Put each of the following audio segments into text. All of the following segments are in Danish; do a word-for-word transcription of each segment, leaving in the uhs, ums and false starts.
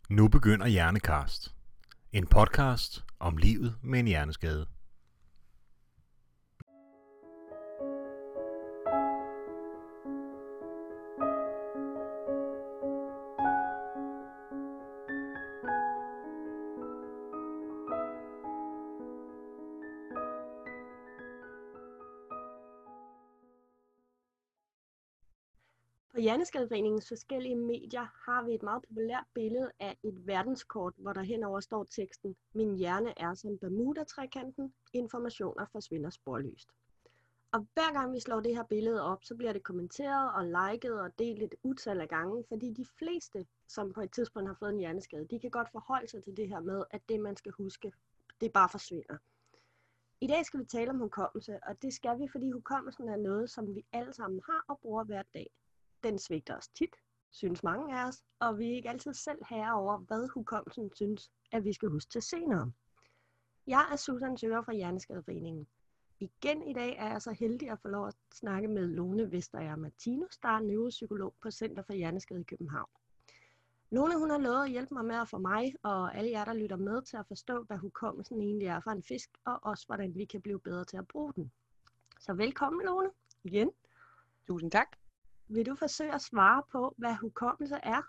Nu begynder Hjernekast. En podcast om livet med en hjerneskade. På Hjerneskadeforeningens forskellige medier har vi et meget populært billede af et verdenskort, hvor der henover står teksten: "Min hjerne er som Bermuda-trekanten. Informationer forsvinder sporløst." Og hver gang vi slår det her billede op, så bliver det kommenteret og liket og delt et utal af gange, fordi de fleste, som på et tidspunkt har fået en hjerneskade, de kan godt forholde sig til det her med, at det man skal huske, det bare forsvinder. I dag skal vi tale om hukommelse, og det skal vi, fordi hukommelsen er noget, som vi alle sammen har og bruger hver dag. Den svigter os tit, synes mange af os, og vi er ikke altid selv herre over, hvad hukommelsen synes, at vi skal huske til senere. Jeg er Susan Søger fra Hjerneskadeforeningen. Igen i dag er jeg så heldig at få lov at snakke med Lone Vestager Martinus, der er neuropsykolog på Center for Hjerneskade i København. Lone hun har lovet at hjælpe mig med at få mig og alle jer, der lytter med, til at forstå, hvad hukommelsen egentlig er for en fisk, og også hvordan vi kan blive bedre til at bruge den. Så velkommen, Lone, igen. Tusind tak. Vil du forsøge at svare på, hvad hukommelse er?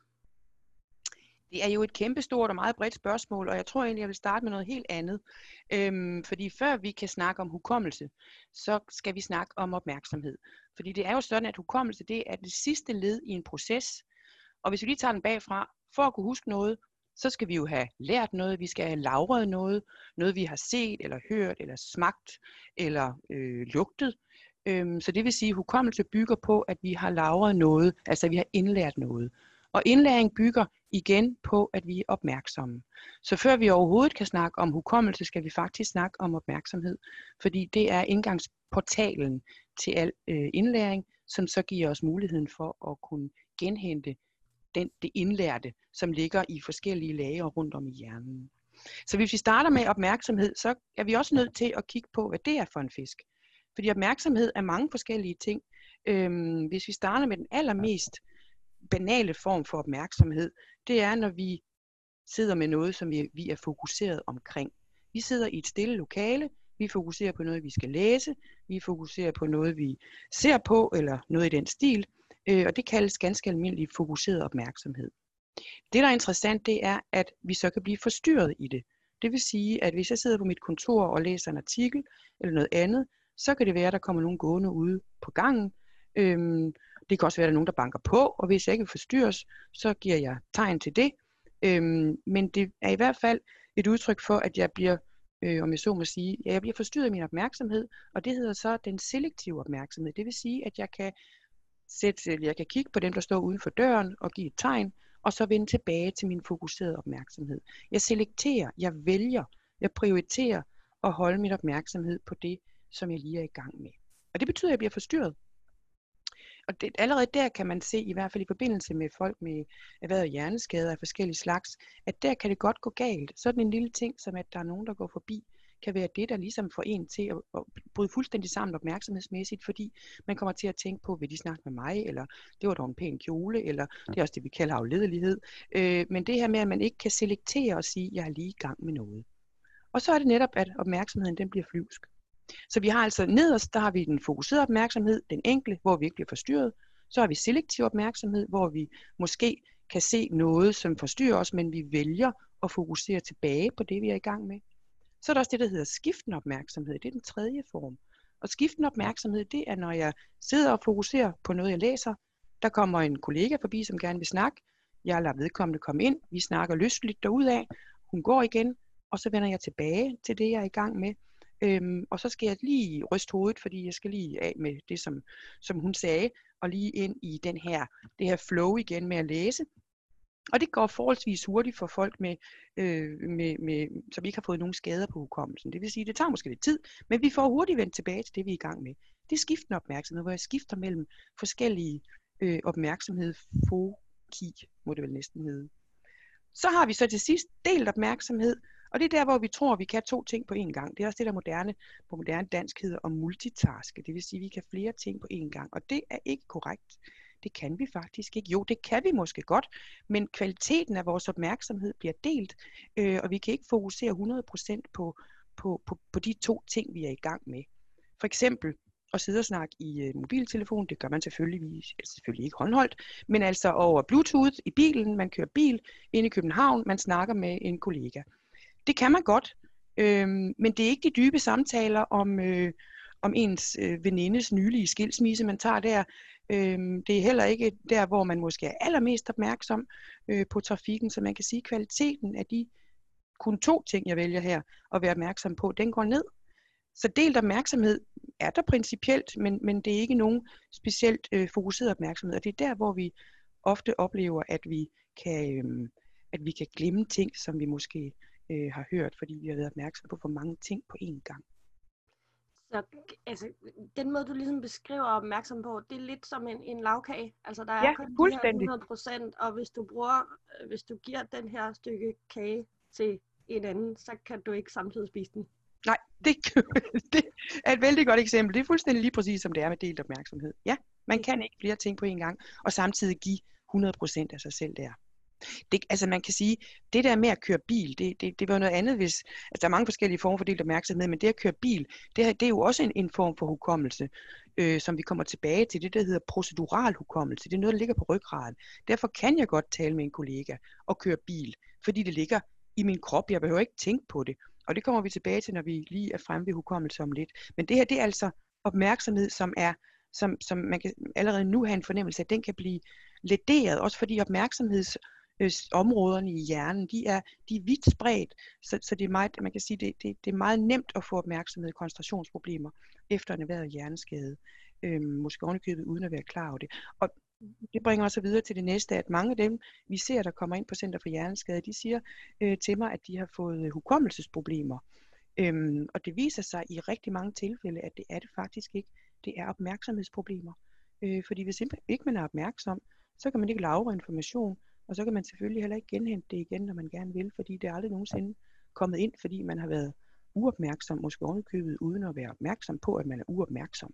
Det er jo et kæmpestort og meget bredt spørgsmål, og jeg tror egentlig, jeg vil starte med noget helt andet. Øhm, fordi før vi kan snakke om hukommelse, så skal vi snakke om opmærksomhed. Fordi det er jo sådan, at hukommelse det er det sidste led i en proces. Og hvis vi lige tager den bagfra, for at kunne huske noget, så skal vi jo have lært noget, vi skal have lagret noget, noget vi har set, eller hørt, eller smagt, eller øh, lugtet. Øhm, så det vil sige, at hukommelse bygger på, at vi har lagret noget, altså at vi har indlært noget. Og indlæring bygger igen på, at vi er opmærksomme. Så før vi overhovedet kan snakke om hukommelse, skal vi faktisk snakke om opmærksomhed. Fordi det er indgangsportalen til al øh, indlæring, som så giver os muligheden for at kunne genhente den, det indlærte, som ligger i forskellige lag rundt om i hjernen. Så hvis vi starter med opmærksomhed, så er vi også nødt til at kigge på, hvad det er for en fisk. Fordi opmærksomhed er mange forskellige ting. Øhm, hvis vi starter med den allermest banale form for opmærksomhed, det er, når vi sidder med noget, som vi, vi er fokuseret omkring. Vi sidder i et stille lokale, vi fokuserer på noget, vi skal læse, vi fokuserer på noget, vi ser på, eller noget i den stil, øh, og det kaldes ganske almindelig fokuseret opmærksomhed. Det, der er interessant, det er, at vi så kan blive forstyrret i det. Det vil sige, at hvis jeg sidder på mit kontor og læser en artikel, eller noget andet, så kan det være, at der kommer nogen gående ude på gangen. Øhm, det kan også være, at der er nogen, der banker på, og hvis jeg ikke vil forstyrres, så giver jeg tegn til det. Øhm, men det er i hvert fald et udtryk for, at jeg bliver, øh, om jeg så må sige, ja, jeg bliver forstyrret i min opmærksomhed, og det hedder så den selektive opmærksomhed. Det vil sige, at jeg kan, sætte, jeg kan kigge på dem, der står uden for døren, og give et tegn, og så vende tilbage til min fokuserede opmærksomhed. Jeg selekterer, jeg vælger, jeg prioriterer at holde min opmærksomhed på det, som jeg lige er i gang med. Og det betyder, at jeg bliver forstyrret. Og det, allerede der kan man se, i hvert fald i forbindelse med folk med erhvervet hjerneskader af forskellige slags, at der kan det godt gå galt. Sådan en lille ting, som at der er nogen, der går forbi, kan være det, der ligesom får en til at, at bryde fuldstændig sammen opmærksomhedsmæssigt, fordi man kommer til at tænke på, vil de snakke med mig, eller det var dog en pæn kjole, eller det er også det, vi kalder afledelighed. Øh, men det her med, at man ikke kan selektere og sige, jeg er lige i gang med noget. Og så er det netop, at opmærksomheden den bliver flyvsk. Så vi har altså nederst, der har vi den fokuserede opmærksomhed, den enkle, hvor vi ikke bliver forstyrret. Så har vi selektiv opmærksomhed, hvor vi måske kan se noget, som forstyrrer os, men vi vælger at fokusere tilbage på det, vi er i gang med. Så er der også det, der hedder skiftende opmærksomhed. Det er den tredje form. Og skiftende opmærksomhed, det er, når jeg sidder og fokuserer på noget, jeg læser. Der kommer en kollega forbi, som gerne vil snakke. Jeg lader vedkommende komme ind. Vi snakker lystligt derudad. Hun går igen, og så vender jeg tilbage til det, jeg er i gang med. Øhm, og så skal jeg lige ryste hovedet, fordi jeg skal lige af med det, som, som hun sagde, og lige ind i den her, det her flow igen med at læse. Og det går forholdsvis hurtigt for folk, med, øh, med, med, som ikke har fået nogen skader på hukommelsen. Det vil sige, det tager måske lidt tid, men vi får hurtigt vendt tilbage til det, vi er i gang med. Det er skiftende opmærksomhed, hvor jeg skifter mellem forskellige øh, opmærksomhed, foki, må det vel næsten hedde. Så har vi så til sidst delt opmærksomhed, og det er der, hvor vi tror, at vi kan to ting på én gang. Det er også det, der moderne, på moderne dansk hedder at multitaske. Det vil sige, at vi kan flere ting på én gang, og det er ikke korrekt. Det kan vi faktisk ikke. Jo, det kan vi måske godt, men kvaliteten af vores opmærksomhed bliver delt, øh, og vi kan ikke fokusere hundrede procent på, på, på, på de to ting, vi er i gang med. For eksempel at sidde og snakke i øh, mobiltelefon, det gør man selvfølgelig, selvfølgelig ikke håndholdt, men altså over Bluetooth i bilen, man kører bil inde i København, man snakker med en kollega. Det kan man godt, øh, men det er ikke de dybe samtaler om, øh, om ens øh, venindes nylige skilsmisse, man tager der. Øh, det er heller ikke der, hvor man måske er allermest opmærksom øh, på trafikken, så man kan sige, at kvaliteten af de kun to ting, jeg vælger her at være opmærksom på, den går ned. Så delt opmærksomhed er der principielt, men, men det er ikke nogen specielt øh, fokuseret opmærksomhed. Og det er der, hvor vi ofte oplever, at vi kan, øh, at vi kan glemme ting, som vi måske øh, har hørt, fordi vi har været opmærksom på for mange ting på én gang. Så altså, den måde, du ligesom beskriver opmærksom på, det er lidt som en, en lavkage. Altså, der er Ja, kun de her fuldstændig. hundrede procent, og hvis du bruger, hvis du giver den her stykke kage til en anden, så kan du ikke samtidig spise den. Nej, det, det er et vældig godt eksempel. Det er fuldstændig lige præcis, som det er med delt opmærksomhed. Ja, man kan ikke flere ting på en gang, og samtidig give hundrede procent af sig selv der. Det, altså man kan sige, det der med at køre bil, det, det, det var noget andet, hvis altså der er mange forskellige former for delt opmærksomhed, men det at køre bil, det, det er jo også en, en form for hukommelse, øh, som vi kommer tilbage til, det der hedder procedural hukommelse. Det er noget, der ligger på ryggraden. Derfor kan jeg godt tale med en kollega og køre bil, fordi det ligger i min krop. Jeg behøver ikke tænke på det. Og det kommer vi tilbage til, når vi lige er fremme ved hukommelse om lidt. Men det her, det er altså opmærksomhed, som er, som, som man kan allerede nu have en fornemmelse af, at den kan blive lederet, også fordi opmærksomhedsområderne i hjernen, de er, de er vidt spredt, så, så det er meget, man kan sige, det, det, det er meget nemt at få opmærksomhed i koncentrationsproblemer efter en erhvervet hjerneskade. Øhm, måske ovenikøbet uden at være klar over det. Og det bringer os så videre til det næste, at mange af dem, vi ser, der kommer ind på Center for Hjerneskade, de siger øh, til mig, at de har fået hukommelsesproblemer. Øhm, og det viser sig i rigtig mange tilfælde, at det er det faktisk ikke. Det er opmærksomhedsproblemer. Øh, fordi hvis ikke man er opmærksom, så kan man ikke lagre information, og så kan man selvfølgelig heller ikke genhente det igen, når man gerne vil, fordi det er aldrig nogensinde kommet ind, fordi man har været uopmærksom, måske ovenikøbet, uden at være opmærksom på, at man er uopmærksom.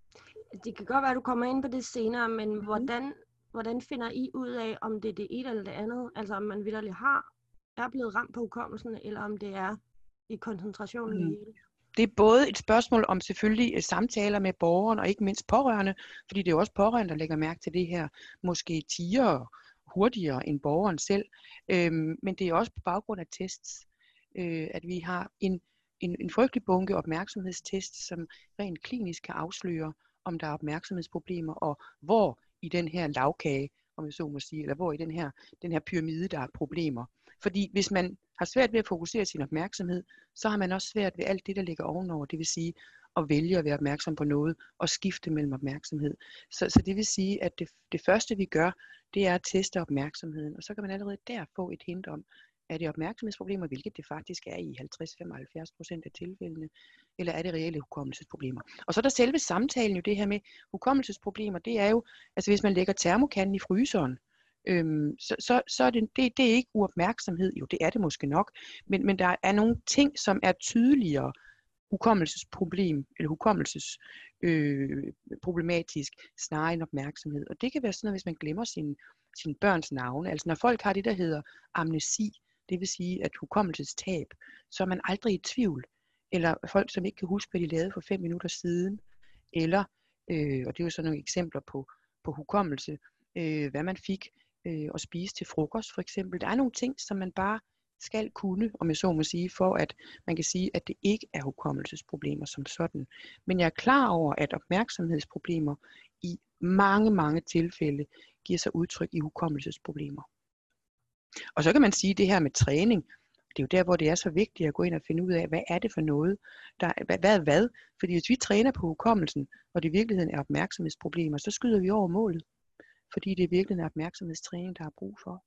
Det kan godt være, at du kommer ind på det senere, men Mm-hmm. hvordan, hvordan finder I ud af, om det er det ene eller det andet? Altså om man vitterligt har, er blevet ramt på hukommelsen, eller om det er i koncentrationen Mm. i hele? Det er både et spørgsmål om selvfølgelig samtaler med borgeren, og ikke mindst pårørende, fordi det er jo også pårørende, der lægger mærke til det her, måske tiere hurtigere end borgeren selv. Øhm, men det er også på baggrund af tests, øh, at vi har en, en, en frygtelig bunke opmærksomhedstests, som rent klinisk kan afsløre, om der er opmærksomhedsproblemer, og hvor i den her lavkage, om jeg så må sige, eller hvor i den her, den her pyramide, der er problemer. Fordi hvis man har svært ved at fokusere sin opmærksomhed, så har man også svært ved alt det, der ligger ovenover. Det vil sige at vælge at være opmærksom på noget og skifte mellem opmærksomhed. Så, så det vil sige, at det, det første vi gør, det er at teste opmærksomheden. Og så kan man allerede der få et hint om, er det opmærksomhedsproblemer, hvilket det faktisk er i halvtreds til femoghalvfjerds procent af tilfældene, eller er det reelle hukommelsesproblemer. Og så er der selve samtalen jo det her med hukommelsesproblemer, det er jo, altså hvis man lægger termokanden i fryseren, Øhm, så, så, så er det, det, det er ikke uopmærksomhed, jo det er det måske nok, men, men der er nogle ting, som er tydeligere hukommelsesproblem, eller hukommelsesproblematisk, øh, snarere end opmærksomhed. Og det kan være sådan noget, hvis man glemmer sin, sin børns navne. Altså når folk har det, der hedder amnesi, det vil sige at hukommelsestab, så er man aldrig i tvivl. Eller folk, som ikke kan huske, hvad de lavede for fem minutter siden. Eller, øh, og det er jo sådan nogle eksempler på, på hukommelse, øh, hvad man fik øh, at spise til frokost for eksempel. Der er nogle ting, som man bare skal kunne, om jeg så må sige, for at man kan sige, at det ikke er hukommelsesproblemer som sådan. Men jeg er klar over, at opmærksomhedsproblemer i mange, mange tilfælde giver sig udtryk i hukommelsesproblemer. Og så kan man sige, at det her med træning, det er jo der, hvor det er så vigtigt at gå ind og finde ud af, hvad er det for noget, der, hvad, hvad er hvad? Fordi hvis vi træner på hukommelsen, og det i virkeligheden er opmærksomhedsproblemer, så skyder vi over målet. Fordi det i virkeligheden er opmærksomhedstræning, der er brug for.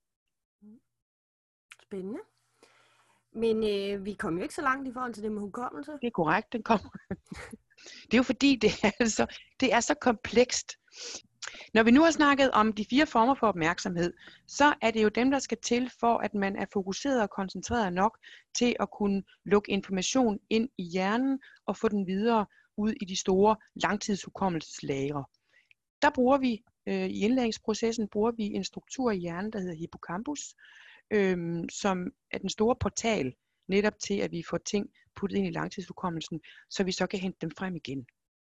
Spændende. Men øh, vi kom jo ikke så langt i forhold til det med hukommelse. Det er korrekt, den kommer. Det er jo fordi, det er, så, det er så komplekst. Når vi nu har snakket om de fire former for opmærksomhed, så er det jo dem, der skal til for, at man er fokuseret og koncentreret nok til at kunne lukke information ind i hjernen og få den videre ud i de store langtidshukommelseslagre. Der bruger vi Øh, I indlæringsprocessen bruger vi en struktur i hjernen, der hedder hippocampus, øh, som er den store portal netop til, at vi får ting puttet ind i langtidshukommelsen, så vi så kan hente dem frem igen.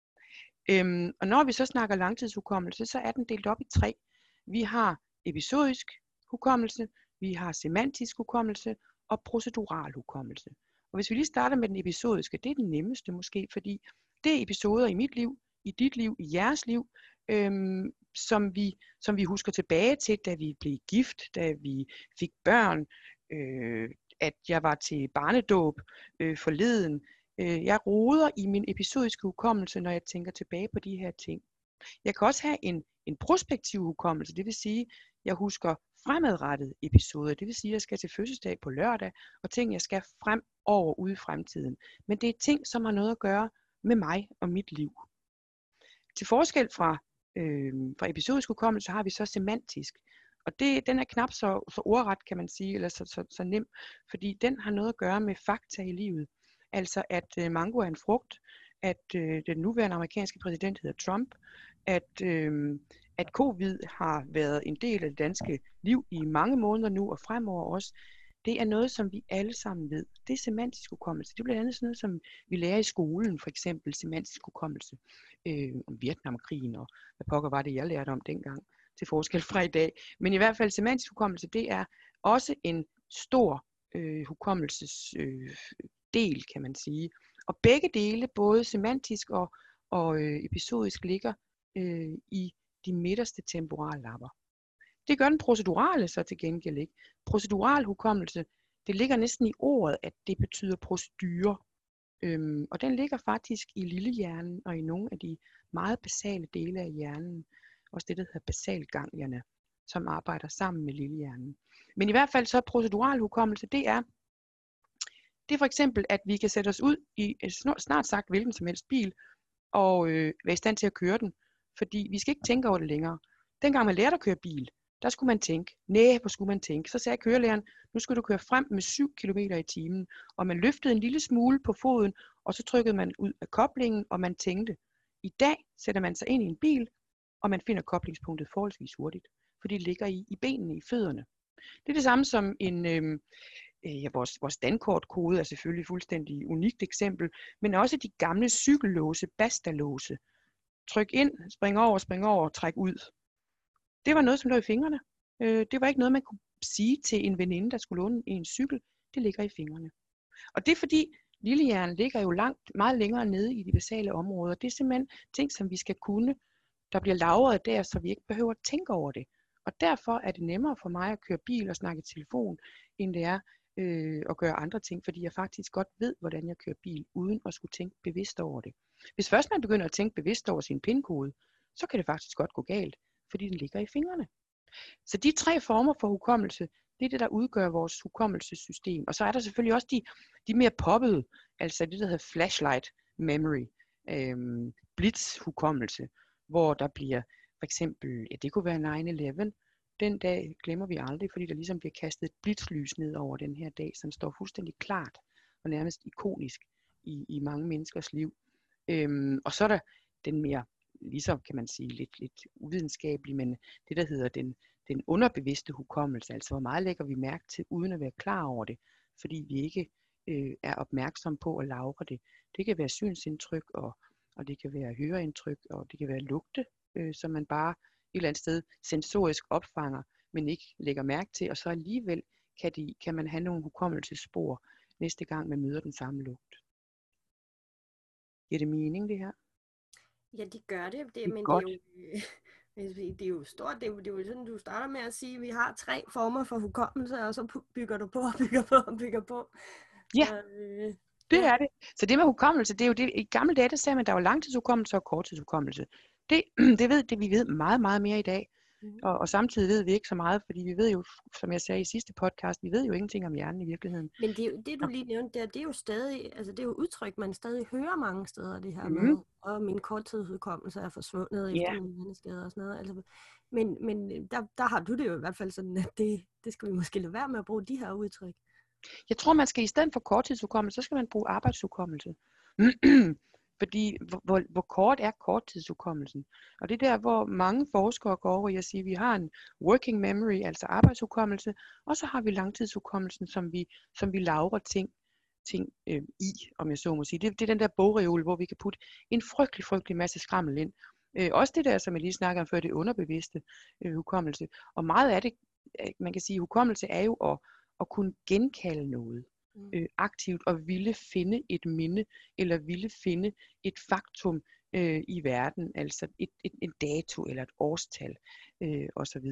Øhm, og når vi så snakker langtidshukommelse, så er den delt op i tre. Vi har episodisk hukommelse, vi har semantisk hukommelse og procedural hukommelse. Og hvis vi lige starter med den episodiske, det er den nemmeste måske, fordi det er episoder i mit liv, i dit liv, i jeres liv, øhm, som, vi, som vi husker tilbage til, da vi blev gift, da vi fik børn, øh, at jeg var til barnedåb øh, forleden. Jeg roder i min episodiske hukommelse, når jeg tænker tilbage på de her ting. Jeg kan også have en, en prospektiv hukommelse, det vil sige, jeg husker fremadrettede episoder. Det vil sige, at jeg skal til fødselsdag på lørdag, og ting, jeg skal frem over ude i fremtiden. Men det er ting, som har noget at gøre med mig og mit liv. Til forskel fra, øh, fra episodisk hukommelse har vi så semantisk. Og det, den er knap så, så ordret, kan man sige, eller så, så, så nem, fordi den har noget at gøre med fakta i livet. Altså at øh, mango er en frugt, at øh, den nuværende amerikanske præsident hedder Trump, at, øh, at covid har været en del af det danske liv i mange måneder nu og fremover også. Det er noget, som vi alle sammen ved. Det er semantisk hukommelse. Det er blandt andet sådan noget, som vi lærer i skolen, for eksempel semantisk hukommelse øh, om Vietnamkrigen, og hvad pokker var det, jeg lærte om dengang, til forskel fra i dag. Men i hvert fald semantisk hukommelse, det er også en stor øh, hukommelses øh, del, kan man sige. Og begge dele, både semantisk og, og øh, episodisk, ligger øh, i de midterste temporallapper. Det gør den procedurale så til gengæld ikke. Procedural hukommelse, det ligger næsten i ordet, at det betyder procedure. Øhm, og den ligger faktisk i lillehjernen og i nogle af de meget basale dele af hjernen. Også det, der hedder basalganglierne, som arbejder sammen med lillehjernen. Men i hvert fald så procedural hukommelse, det er, det er for eksempel, at vi kan sætte os ud i snart sagt hvilken som helst bil, og øh, være i stand til at køre den. Fordi vi skal ikke tænke over det længere. Dengang man lærte at køre bil, der skulle man tænke. Næh, hvor skulle man tænke? Så sagde kørelæreren, nu skal du køre frem med syv kilometer i timen. Og man løftede en lille smule på foden, og så trykkede man ud af koblingen, og man tænkte. I dag sætter man sig ind i en bil, og man finder koblingspunktet forholdsvis hurtigt. For det ligger i, i benene, i fødderne. Det er det samme som en, øh, ja, vores, vores dankortkode er selvfølgelig et fuldstændig unikt eksempel, men også de gamle cykellåse, bastalåse. Tryk ind, spring over, spring over, træk ud. Det var noget, som lå i fingrene. Øh, det var ikke noget, man kunne sige til en veninde, der skulle låne en cykel. Det ligger i fingrene. Og det er fordi, lillehjernen ligger jo langt, meget længere nede i de basale områder. Det er simpelthen ting, som vi skal kunne, der bliver lagret der, så vi ikke behøver at tænke over det. Og derfor er det nemmere for mig at køre bil og snakke i telefon, end det er øh, at gøre andre ting, fordi jeg faktisk godt ved, hvordan jeg kører bil, uden at skulle tænke bevidst over det. Hvis først man begynder at tænke bevidst over sin pindkode, så kan det faktisk godt gå galt, fordi den ligger i fingrene. Så de tre former for hukommelse, det er det, der udgør vores hukommelsessystem. Og så er der selvfølgelig også de, de mere poppede, altså det, der hedder flashlight memory, øhm, blitzhukommelse, hvor der bliver for eksempel, ja, det kunne være nine eleven. Den dag glemmer vi aldrig, fordi der ligesom bliver kastet et blitzlys ned over den her dag, som står fuldstændig klart og nærmest ikonisk i, i mange menneskers liv. Øhm, og så er der den mere, ligesom kan man sige, lidt, lidt uvidenskabelig, men det der hedder den, den underbevidste hukommelse, altså hvor meget lægger vi mærke til, uden at være klar over det, fordi vi ikke øh, er opmærksom på at lagre det. Det kan være synsindtryk, og, og det kan være høreindtryk, og det kan være lugte, øh, som man bare et eller andet sted sensorisk opfanger, men ikke lægger mærke til, og så alligevel kan, de, kan man have nogle hukommelsesspor næste gang man møder den samme lugt. Giver det mening, det her? Ja, de gør det, det, det men godt. det er, jo, det er jo stort. Det er jo, det er jo sådan, du starter med at sige, at vi har tre former for hukommelse, og så bygger du på og bygger på og bygger på. Ja, så, øh, det ja. er det. Så det med hukommelse, det er jo det, i gamle dage, der sagde man, at der var langtidshukommelse og korttidshukommelse. Det, det ved det, vi ved meget, meget mere i dag. Mm. Og, og samtidig ved vi ikke så meget, fordi vi ved jo, som jeg sagde i sidste podcast, vi ved jo ingenting om hjernen i virkeligheden. Men det, det du lige nævnte der, det er jo stadig, altså det er jo udtryk, man stadig hører mange steder, det her mm. med, og min korttidsudkommelse er forsvundet efter yeah. mine hjerneskader og sådan noget. Altså, men men der, der har du det jo i hvert fald sådan, at det, det skal vi måske lade være med at bruge de her udtryk. Jeg tror, man skal i stedet for korttidshukommelse, så skal man bruge arbejdshukommelse. Fordi hvor, hvor, hvor kort er korttidshukommelsen? Og det er der, hvor mange forskere går over i at sige, at vi har en working memory, altså arbejdshukommelse, og så har vi langtidshukommelsen, som vi, som vi lagrer ting, ting øh, i, om jeg så må sige. Det, det er den der bogreol, hvor vi kan putte en frygtelig, frygtelig masse skrammel ind. Øh, også det der, som jeg lige snakker om før, det underbevidste øh, hukommelse. Og meget af det, man kan sige, hukommelse er jo at, at kunne genkalde noget. Øh, aktivt og ville finde et minde, eller ville finde et faktum øh, i verden, altså et, et, en dato eller et årstal øh, osv.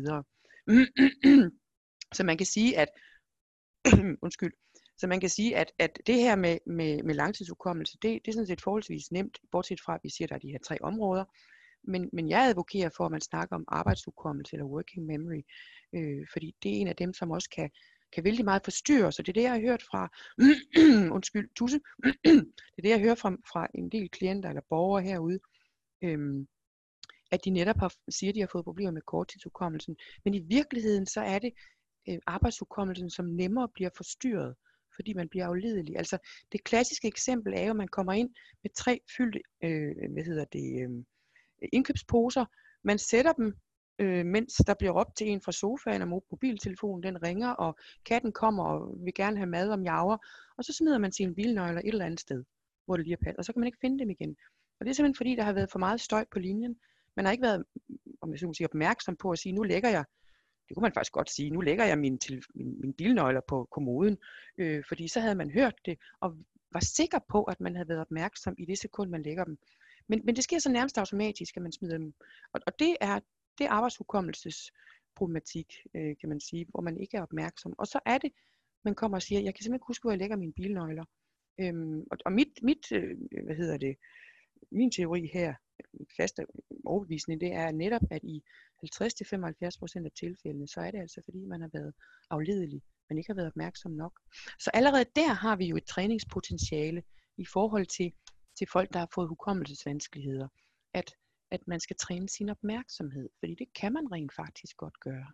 Så man kan sige, at undskyld, så man kan sige, at, at det her med, med, med langtidshukommelse, det, det er sådan set forholdsvis nemt, bortset fra, at vi siger, at der er de her tre områder. Men, men jeg advokerer for, at man snakker om arbejdshukommelse eller working memory, øh, fordi det er en af dem, som også kan kan vældig meget forstyrre, så det er det, jeg har hørt fra, undskyld, tusse, det er det, jeg hører fra, fra en del klienter eller borgere herude, øhm, at de netop har, siger, at de har fået problemer med korttidshukommelsen, men i virkeligheden så er det øh, arbejdshukommelsen, som nemmere bliver forstyrret, fordi man bliver afledelig. Altså det klassiske eksempel er jo, at man kommer ind med tre fyldte, øh, hvad hedder det, øh, indkøbsposer, man sætter dem, Øh, mens der bliver råbt til en fra sofaen, og mobiltelefonen den ringer, og katten kommer og vil gerne have mad om jager, og så smider man sine bilnøgler et eller andet sted, hvor det lige er passet, og så kan man ikke finde dem igen. Og det er simpelthen fordi, der har været for meget støj på linjen. Man har ikke været, om jeg skal sige, opmærksom på at sige, nu lægger jeg, det kunne man faktisk godt sige, nu lægger jeg mine, til, mine, mine bilnøgler på kommoden, øh, fordi så havde man hørt det, og var sikker på, at man havde været opmærksom i det sekund, man lægger dem. Men, men det sker så nærmest automatisk, at man smider dem. Og, og det er Det er arbejdshukommelsesproblematik, øh, kan man sige, hvor man ikke er opmærksom. Og så er det, man kommer og siger, jeg kan simpelthen ikke huske, hvor jeg lægger mine bilnøgler. Øhm, og og mit, mit øh, hvad hedder det, min teori her, faste overbevisning, det er netop, at i halvtreds til femoghalvfjerds procent af tilfældene, så er det altså, fordi man har været afledelig, man ikke har været opmærksom nok. Så allerede der har vi jo et træningspotentiale i forhold til, til folk, der har fået hukommelsesvanskeligheder, at at man skal træne sin opmærksomhed, fordi det kan man rent faktisk godt gøre.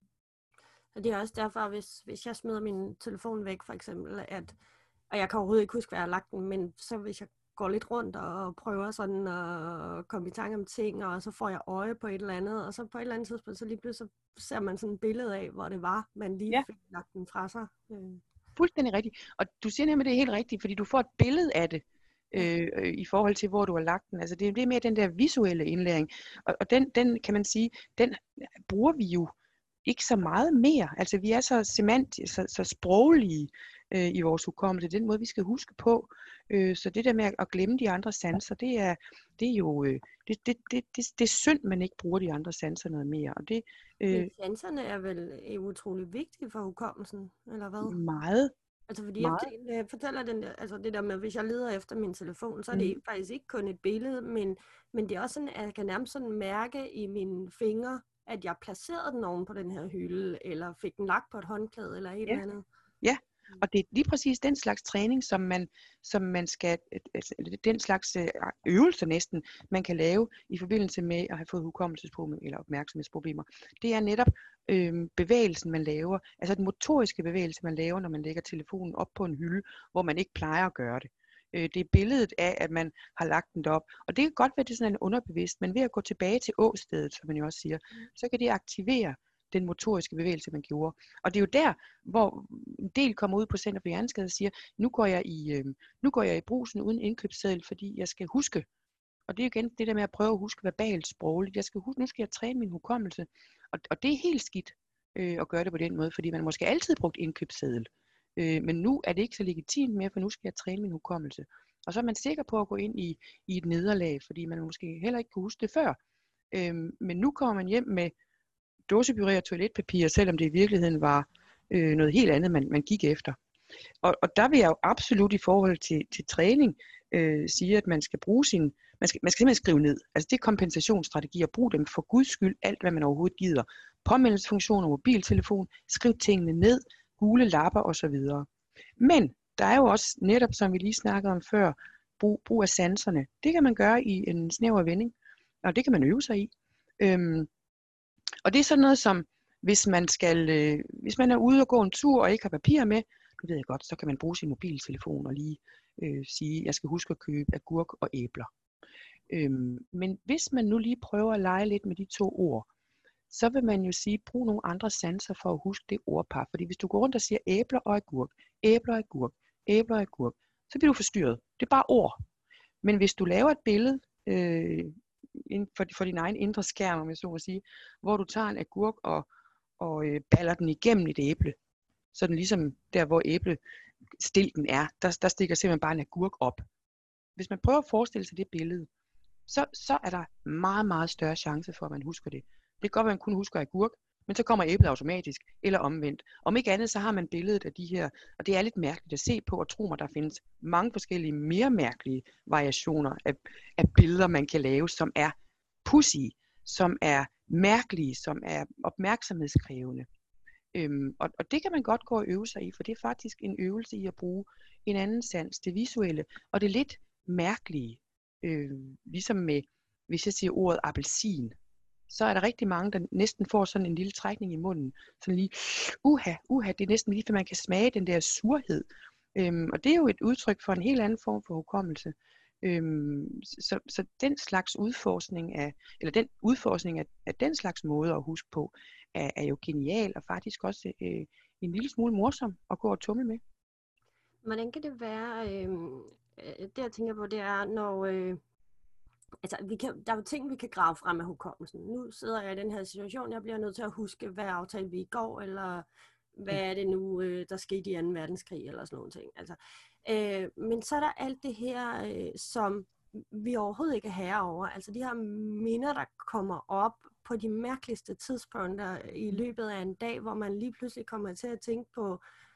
Og det er også derfor, hvis, hvis jeg smider min telefon væk, for eksempel, at, og jeg kan overhovedet ikke huske, hvad jeg har lagt den, men så hvis jeg går lidt rundt og prøver sådan at komme i tanke om ting, og så får jeg øje på et eller andet, og så på et eller andet tidspunkt, så lige pludselig så ser man sådan et billede af, hvor det var, man lige ja. fik lagt den fra sig. Fuldstændig rigtigt. Og du siger nemlig, det er helt rigtigt, fordi du får et billede af det. Øh, øh, i forhold til, hvor du har lagt den. Altså det, det er mere den der visuelle indlæring. Og, og den, den, kan man sige, den bruger vi jo ikke så meget mere. Altså vi er så semantiske, så, så sproglige øh, i vores hukommelse. Den måde, vi skal huske på. Øh, så det der med at glemme de andre sanser, det er, det er jo øh, det, det, det, det, det er synd, man ikke bruger de andre sanser noget mere. Og det, øh, Men sanserne er vel er utrolig vigtige for hukommelsen, eller hvad? Meget. Altså fordi jeg, jeg fortæller den der, altså det der med, hvis jeg leder efter min telefon, så er det mm. faktisk ikke kun et billede, men, men det er også sådan, at jeg kan nærmest sådan mærke i mine fingre, at jeg placerede den oven på den her hylde, eller fik den lagt på et håndklæde, eller et ja. eller andet. Ja, og det er lige præcis den slags træning, som man, som man skal, altså den slags øvelser næsten, man kan lave i forbindelse med at have fået hukommelsesproblemer eller opmærksomhedsproblemer. Det er netop øh, bevægelsen, man laver, altså den motoriske bevægelse, man laver, når man lægger telefonen op på en hylde, hvor man ikke plejer at gøre det. Øh, det er billedet af, at man har lagt den op. Og det kan godt være, det er sådan en underbevidst, men ved at gå tilbage til åstedet, som man jo også siger, så kan det aktivere den motoriske bevægelse, man gjorde. Og det er jo der, hvor en del kommer ud på Center for Hjerneskade og siger, nu går jeg i, øh, nu går jeg i brusen uden indkøbsseddel, fordi jeg skal huske. Og det er igen det der med at prøve at huske verbalt sprogligt. Jeg skal huske, nu skal jeg træne min hukommelse. Og, og det er helt skidt øh, at gøre det på den måde, fordi man måske altid brugt indkøbsseddel. Øh, men nu er det ikke så legitimt mere, for nu skal jeg træne min hukommelse. Og så er man sikker på at gå ind i, i et nederlag, fordi man måske heller ikke kunne huske det før. Øh, men nu kommer man hjem med dåsepuré og toiletpapir, selvom det i virkeligheden var øh, noget helt andet, man, man gik efter. Og, og der vil jeg jo absolut i forhold til, til træning øh, sige, at man skal bruge sin, man skal, man skal simpelthen skrive ned. Altså det er kompensationsstrategier, brug dem for guds skyld, alt hvad man overhovedet gider. Påmeldelsesfunktioner, mobiltelefon, skriv tingene ned, gule lapper osv. Men der er jo også netop, som vi lige snakkede om før, brug, brug af sanserne. Det kan man gøre i en snæver vending, og det kan man øve sig i. Øhm, Og det er sådan noget som, hvis man skal, øh, hvis man er ude og gå en tur og ikke har papir med, det ved jeg godt, så kan man bruge sin mobiltelefon og lige øh, sige, jeg skal huske at købe agurk og æbler. Øhm, men hvis man nu lige prøver at lege lidt med de to ord, så vil man jo sige, brug nogle andre sanser for at huske det ordpar. Fordi hvis du går rundt og siger æbler og agurk, æbler og agurk, æbler og agurk, så bliver du forstyrret. Det er bare ord. Men hvis du laver et billede øh, for, for din egen indre skærm, om jeg så må sige, hvor du tager en agurk og, og øh, baller den igennem et æble, så den ligesom der, hvor æblestilken er, der, der stikker simpelthen bare en agurk op. Hvis man prøver at forestille sig det billede, så, så er der meget, meget større chance for, at man husker det. Det kan godt være, at man kun husker agurk, men så kommer æblet automatisk, eller omvendt. Om ikke andet, så har man billedet af de her, og det er lidt mærkeligt at se på, og tro mig, der findes mange forskellige mere mærkelige variationer af, af billeder, man kan lave, som er pudsige, som er mærkelige, som er opmærksomhedskrævende. Øhm, og, og det kan man godt gå og øve sig i, for det er faktisk en øvelse i at bruge en anden sans, det visuelle, og det lidt mærkelige. Øh, ligesom med, hvis jeg siger ordet appelsin, så er der rigtig mange, der næsten får sådan en lille trækning i munden. Sådan lige, uha, uha, det er næsten lige, for man kan smage den der surhed. Øhm, og det er jo et udtryk for en helt anden form for hukommelse. Øhm, så, så den slags udforskning af, eller den udforskning af, af den slags måde at huske på, er, er jo genial, og faktisk også øh, en lille smule morsom at gå og tumle med. Hvordan kan det være, øh, det jeg tænker på, det er, når, øh, altså vi kan, der er jo ting, vi kan grave frem af hukommelsen. Nu sidder jeg i den her situation, jeg bliver nødt til at huske, hvad aftalte vi i går, eller hvad er det nu, øh, der skete i anden verdenskrig, eller sådan nogle ting. Altså, øh, men så er der alt det her, øh, som vi overhovedet ikke er herre over. Altså de her minder, der kommer op på de mærkeligste tidspunkter i løbet af en dag, hvor man lige pludselig kommer til at tænke på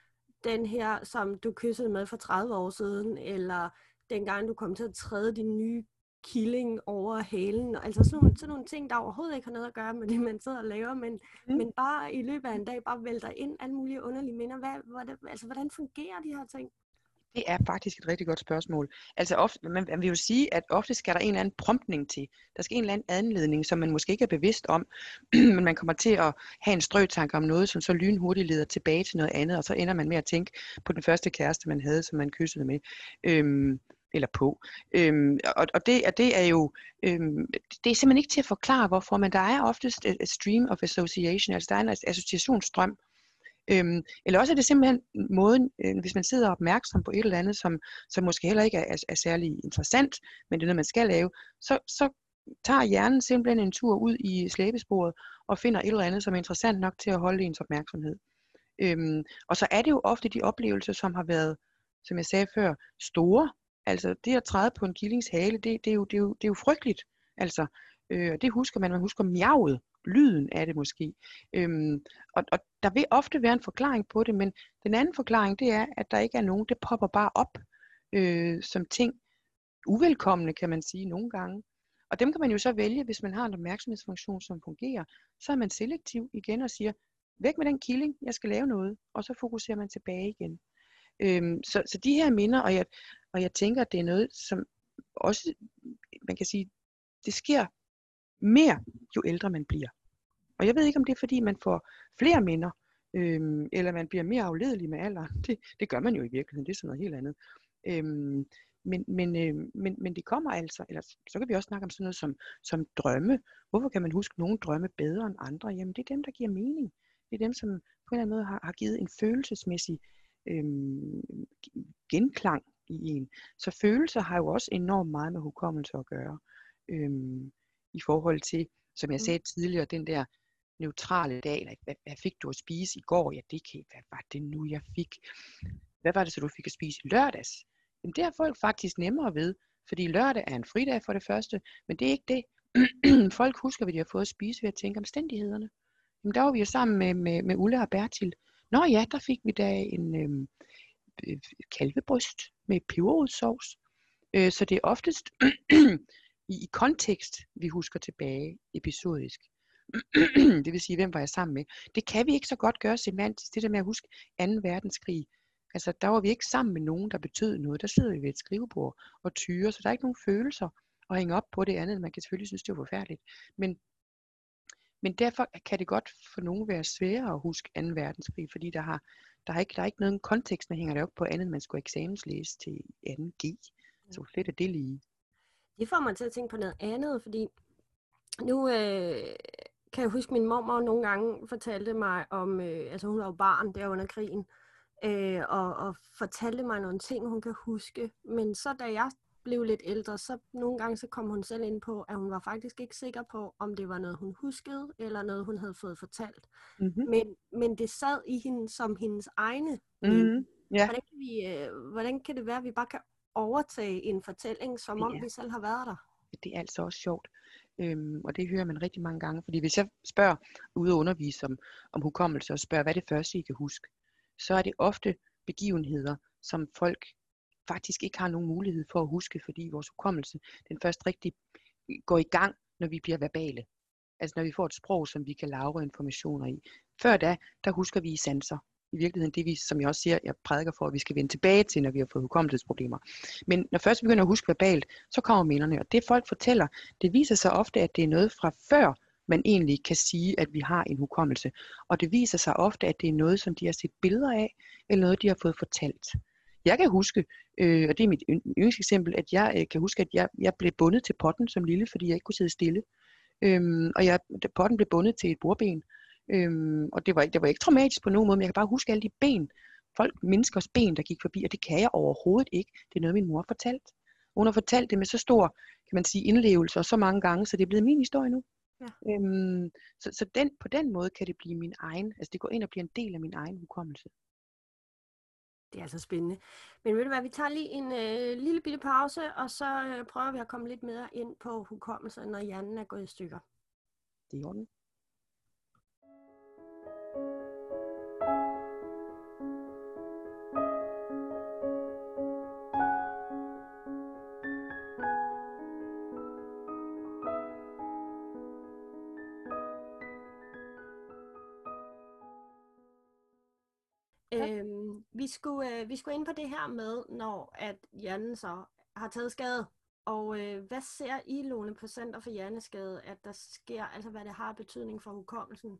den her, som du kyssede med for tredive år siden, eller dengang du kom til at træde din nye killing over halen. Altså sådan nogle, sådan nogle ting, der overhovedet ikke har noget at gøre med det, man sidder og laver, men, mm. men bare i løbet af en dag bare vælter ind alle mulige underlige minder. Hvad, hvordan, altså, hvordan fungerer de her ting? Det er faktisk et rigtig godt spørgsmål. Altså ofte, man, man vil jo sige, at ofte skal der en eller anden promptning til. Der skal en eller anden anledning, som man måske ikke er bevidst om, men man kommer til at have en strøtanke om noget, som så lynhurtigt leder tilbage til noget andet, og så ender man med at tænke på den første kæreste, man havde, som man kyssede med. Øhm, eller på. Øhm, og og det, det er jo øhm, det er simpelthen ikke til at forklare, hvorfor, men der er oftest et, et stream of association, altså der er en associationsstrøm. Øhm, eller også er det simpelthen måden, øh, hvis man sidder opmærksom på et eller andet, som, som måske heller ikke er, er, er særlig interessant, men det er noget, man skal lave, så, så tager hjernen simpelthen en tur ud i slæbesporet og finder et eller andet, som er interessant nok til at holde ens opmærksomhed. Øhm, og så er det jo ofte de oplevelser, som har været, som jeg sagde før, store. Altså det at træde på en killings hale, det, det, er, jo, det, er, jo, det er jo frygteligt. Altså, øh, det husker man, man husker miavet, lyden af det måske. Øhm, og, og der vil ofte være en forklaring på det, men den anden forklaring, det er, at der ikke er nogen, det popper bare op øh, som ting, uvelkomne kan man sige nogle gange. Og dem kan man jo så vælge, hvis man har en opmærksomhedsfunktion, som fungerer. Så er man selektiv igen og siger, væk med den killing, jeg skal lave noget, og så fokuserer man tilbage igen. Øhm, så, så de her minder, og jeg, og jeg tænker, at det er noget, som også, man kan sige, det sker mere, jo ældre man bliver. Og jeg ved ikke, om det er, fordi man får flere minder, øhm, eller man bliver mere afledelig med alderen. Det, det gør man jo i virkeligheden, det er sådan noget helt andet. Øhm, men, men, øh, men, men det kommer altså, eller så kan vi også snakke om sådan noget som, som drømme. Hvorfor kan man huske nogle drømme bedre end andre? Jamen det er dem, der giver mening. Det er dem, som på en eller anden måde har, har givet en følelsesmæssig øhm, genklang i en. Så følelser har jo også enormt meget med hukommelse at gøre. Øhm, I forhold til, som jeg sagde tidligere, den der neutrale dag, eller hvad, hvad fik du at spise i går? Ja, det kan, hvad var det nu, jeg fik? Hvad var det så, du fik at spise i lørdags? Jamen det har folk faktisk nemmere ved, fordi lørdag er en fridag for det første, men det er ikke det. Folk husker, hvad de har fået at spise ved at tænke omstændighederne. Jamen der var vi jo sammen med, med, med Ulla og Bertil. Nå ja, der fik vi da en øhm, øh, kalvebryst med peberrodssovs. Øh, så det er oftest i, i kontekst, vi husker tilbage episodisk. Det vil sige, hvem var jeg sammen med. Det kan vi ikke så godt gøre semantisk. Det der med at huske anden verdenskrig. Altså, der var vi ikke sammen med nogen, der betød noget. Der sidder vi ved et skrivebord og tyrer, så der er ikke nogen følelser at hænge op på det andet. Man kan selvfølgelig synes, det er forfærdeligt. Men, Men derfor kan det godt for nogen være sværere at huske anden verdenskrig, fordi der har der er ikke der er ikke nogen kontekst, der hænger det op på andet, end man skulle eksamenslæse til anden G. Så lidt af det lige. Det får mig til at tænke på noget andet, fordi nu øh, kan jeg huske, min mormor nogle gange fortalte mig om, øh, altså hun var jo barn der under krigen, øh, og, og fortalte mig nogle ting, hun kan huske. Men så da jeg blev lidt ældre, så nogle gange så kom hun selv ind på, at hun var faktisk ikke sikker på, om det var noget, hun huskede, eller noget, hun havde fået fortalt. Mm-hmm. Men, men det sad i hende som hendes egne. Mm-hmm. Yeah. Hvordan, kan vi, øh, hvordan kan det være, at vi bare kan overtage en fortælling, som om ja. vi selv har været der? Det er altså også sjovt. Øhm, og det hører man rigtig mange gange. Fordi hvis jeg spørger ude og undervise om, om hukommelse, og spørger, hvad er det første, I kan huske, så er det ofte begivenheder, som folk faktisk ikke har nogen mulighed for at huske, fordi vores hukommelse, den først rigtig går i gang, når vi bliver verbale. Altså når vi får et sprog, som vi kan lagre informationer i. Før da, der husker vi i sanser. I virkeligheden det, vi, som jeg også siger, jeg prædiker for, at vi skal vende tilbage til, når vi har fået hukommelsesproblemer. Men når først vi begynder at huske verbalt, så kommer minderne. Og det folk fortæller, det viser sig ofte, at det er noget fra før, man egentlig kan sige, at vi har en hukommelse. Og det viser sig ofte, at det er noget, som de har set billeder af, eller noget, de har fået fortalt. Jeg kan huske, øh, og det er mit yndlingseksempel, at jeg øh, kan huske, at jeg, jeg blev bundet til potten som lille, fordi jeg ikke kunne sidde stille. Øhm, og jeg, potten blev bundet til et bordben. Øhm, og det var, ikke, det var ikke traumatisk på nogen måde, men jeg kan bare huske alle de ben, folk, menneskers ben, der gik forbi, og det kan jeg overhovedet ikke. Det er noget, min mor har fortalt. Hun har fortalt det med så stor, kan man sige, indlevelse, og så mange gange, så det er blevet min historie nu. Ja. Øhm, så så den, på den måde kan det blive min egen, altså det går ind og bliver en del af min egen hukommelse. Det er altså spændende. Men ved du hvad, vi tager lige en øh, lille bitte pause, og så øh, prøver vi at komme lidt mere ind på hukommelse, når hjernen er gået i stykker. Det er i orden. Øhm, vi, skulle, øh, vi skulle ind på det her med, når at hjernen så har taget skade. Og øh, hvad ser I, Lone, på Center for Hjerneskade, at der sker, altså hvad det har betydning for hukommelsen?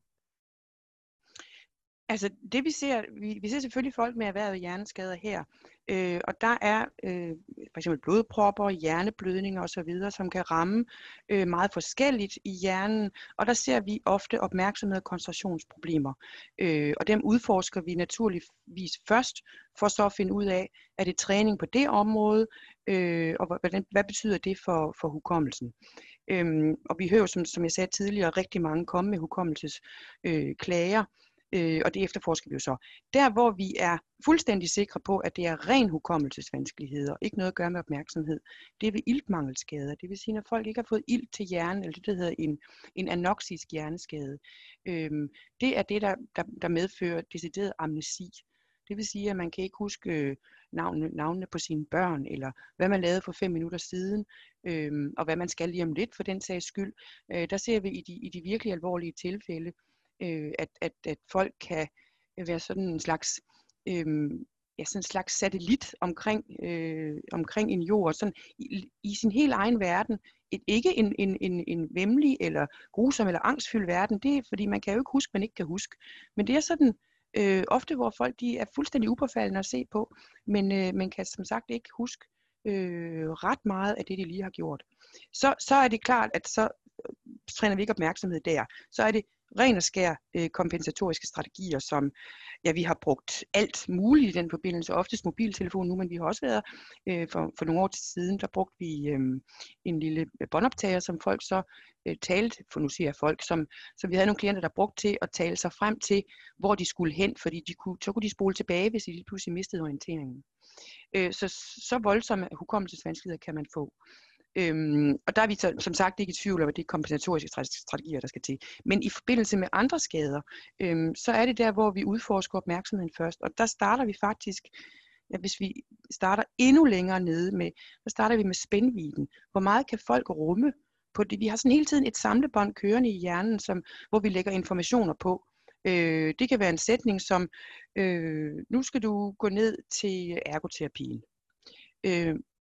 Altså det vi ser, vi, vi ser selvfølgelig folk med erhvervede hjerneskader her, øh, og der er øh, for eksempel blodpropper, hjerneblødninger osv., som kan ramme øh, meget forskelligt i hjernen, og der ser vi ofte opmærksomhed og koncentrationsproblemer, øh, og dem udforsker vi naturligvis først, for så at finde ud af, er det træning på det område, øh, og hvad, hvad betyder det for, for hukommelsen. Øhm, og vi hører, som, som jeg sagde tidligere, rigtig mange komme med hukommelsesklager, øh, klager. Øh, og det efterforsker vi jo så. Der hvor vi er fuldstændig sikre på, at det er ren hukommelsesvanskeligheder, ikke noget at gøre med opmærksomhed, det er ved iltmangelskader. Det vil sige, når folk ikke har fået ilt til hjernen, eller det der hedder en, en anoxisk hjerneskade. Øhm, det er det, der, der, der medfører decideret amnesi. Det vil sige, at man kan ikke huske navnene, navnene på sine børn, eller hvad man lavede for fem minutter siden, øhm, og hvad man skal lige om lidt for den sags skyld. Øh, der ser vi i de, i de virkelig alvorlige tilfælde, Øh, at, at, at folk kan være sådan en slags, øh, ja, sådan en slags satellit omkring, øh, omkring en jord, sådan i, i sin helt egen verden. Et, ikke en, en, en, en væmmelig eller grusom eller angstfyldt verden, det er fordi man kan jo ikke huske, man ikke kan huske. Men det er sådan øh, ofte, hvor folk de er fuldstændig upåfaldende at se på, men øh, man kan som sagt ikke huske øh, ret meget af det, de lige har gjort. Så, så er det klart, at så træner vi ikke opmærksomhed der. Så er det ren og skær øh, kompensatoriske strategier, som ja, vi har brugt alt muligt i den forbindelse, oftest mobiltelefon nu, men vi har også været, øh, for, for nogle år siden, der brugte vi øh, en lille båndoptager, som folk så øh, talte, for nu siger jeg folk, som, som vi havde nogle klienter, der brugte til at tale sig frem til, hvor de skulle hen, fordi de kunne, så kunne de spole tilbage, hvis de lige pludselig mistede orienteringen. Øh, så, så voldsomme hukommelsesvanskeligheder kan man få. Øhm, og der er vi så, som sagt ikke i tvivl om, at det er kompensatoriske strategier, der skal til. Men i forbindelse med andre skader, øhm, så er det der, hvor vi udforsker opmærksomheden først. Og der starter vi faktisk, ja, hvis vi starter endnu længere nede med, så starter vi med spændvidden. Hvor meget kan folk rumme på det? Vi har sådan hele tiden et samlebånd kørende i hjernen, som, hvor vi lægger informationer på. Øh, det kan være en sætning som, øh, nu skal du gå ned til ergoterapien. Øh,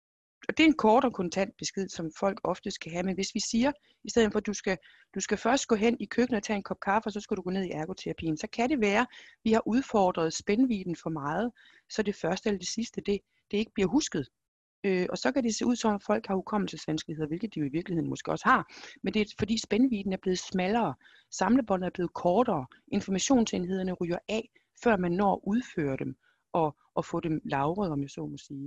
og det er en kort og kontant besked, som folk ofte skal have, men hvis vi siger, i stedet for at du skal, du skal først gå hen i køkkenet og tage en kop kaffe, og så skal du gå ned i ergoterapien, så kan det være, at vi har udfordret spændvidden for meget, så det første eller det sidste, det, det ikke bliver husket. Øh, og så kan det se ud som, at folk har hukommelsesvanskeligheder, hvilket de jo i virkeligheden måske også har, men det er fordi spændvidden er blevet smallere, samlebåndet er blevet kortere, informationsenhederne ryger af, før man når at udføre dem og, og få dem lagret, om jeg så må sige.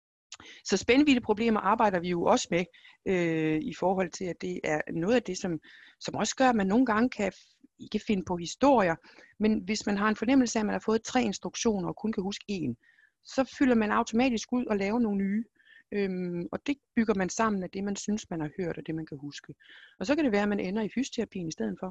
Så spændviddeproblemer arbejder vi jo også med øh, i forhold til, at det er noget af det, som, som også gør, at man nogle gange kan ikke finde på historier, men hvis man har en fornemmelse af, at man har fået tre instruktioner og kun kan huske én, så fylder man automatisk ud og laver nogle nye. Øhm, og det bygger man sammen af det, man synes, man har hørt, og det, man kan huske. Og så kan det være, at man ender i fysioterapien i stedet for.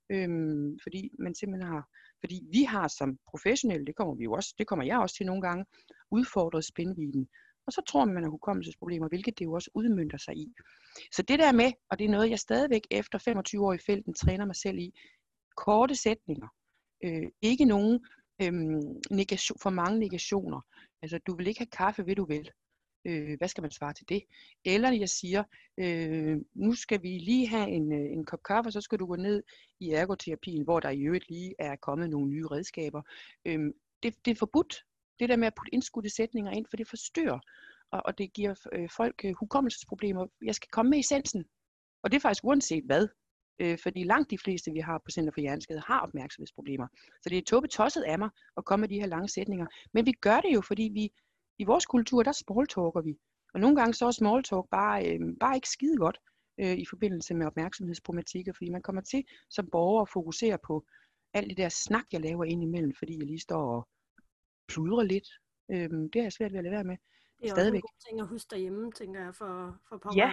Øhm, fordi man simpelthen har, fordi vi har som professionelle, det kommer vi jo også, det kommer jeg også til nogle gange, udfordret spændvidden. Og så tror man, man har hukommelsesproblemer, hvilket det jo også udmønter sig i. Så det der med, og det er noget, jeg stadigvæk efter femogtyve år i felten træner mig selv i, korte sætninger. Øh, ikke nogen øhm, negation, for mange negationer. Altså, du vil ikke have kaffe, vil du vel? Øh, hvad skal man svare til det? Eller jeg siger, øh, nu skal vi lige have en, en kop kaffe, og så skal du gå ned i ergoterapien, hvor der i øvrigt lige er kommet nogle nye redskaber. Øh, det, det er forbudt. Det der med at putte indskudte sætninger ind, for det forstyrrer, og, og det giver øh, folk øh, hukommelsesproblemer. Jeg skal komme med essensen. Og det er faktisk uanset hvad. Øh, fordi langt de fleste, vi har på Center for Hjerneskade, har opmærksomhedsproblemer. Så det er tåbetosset af mig at komme med de her lange sætninger. Men vi gør det jo, fordi vi i vores kultur, der smalltalker vi. Og nogle gange så er smalltalk bare, øh, bare ikke skide godt øh, i forbindelse med opmærksomhedsproblematikker, fordi man kommer til som borger at fokusere på alt det der snak, jeg laver ind imellem, fordi jeg lige står og pludrer lidt. Øhm, det har jeg svært ved at lade være med. Det er Stadigvæk. også en god ting at huske derhjemme, tænker jeg, for, for pårørende. Ja,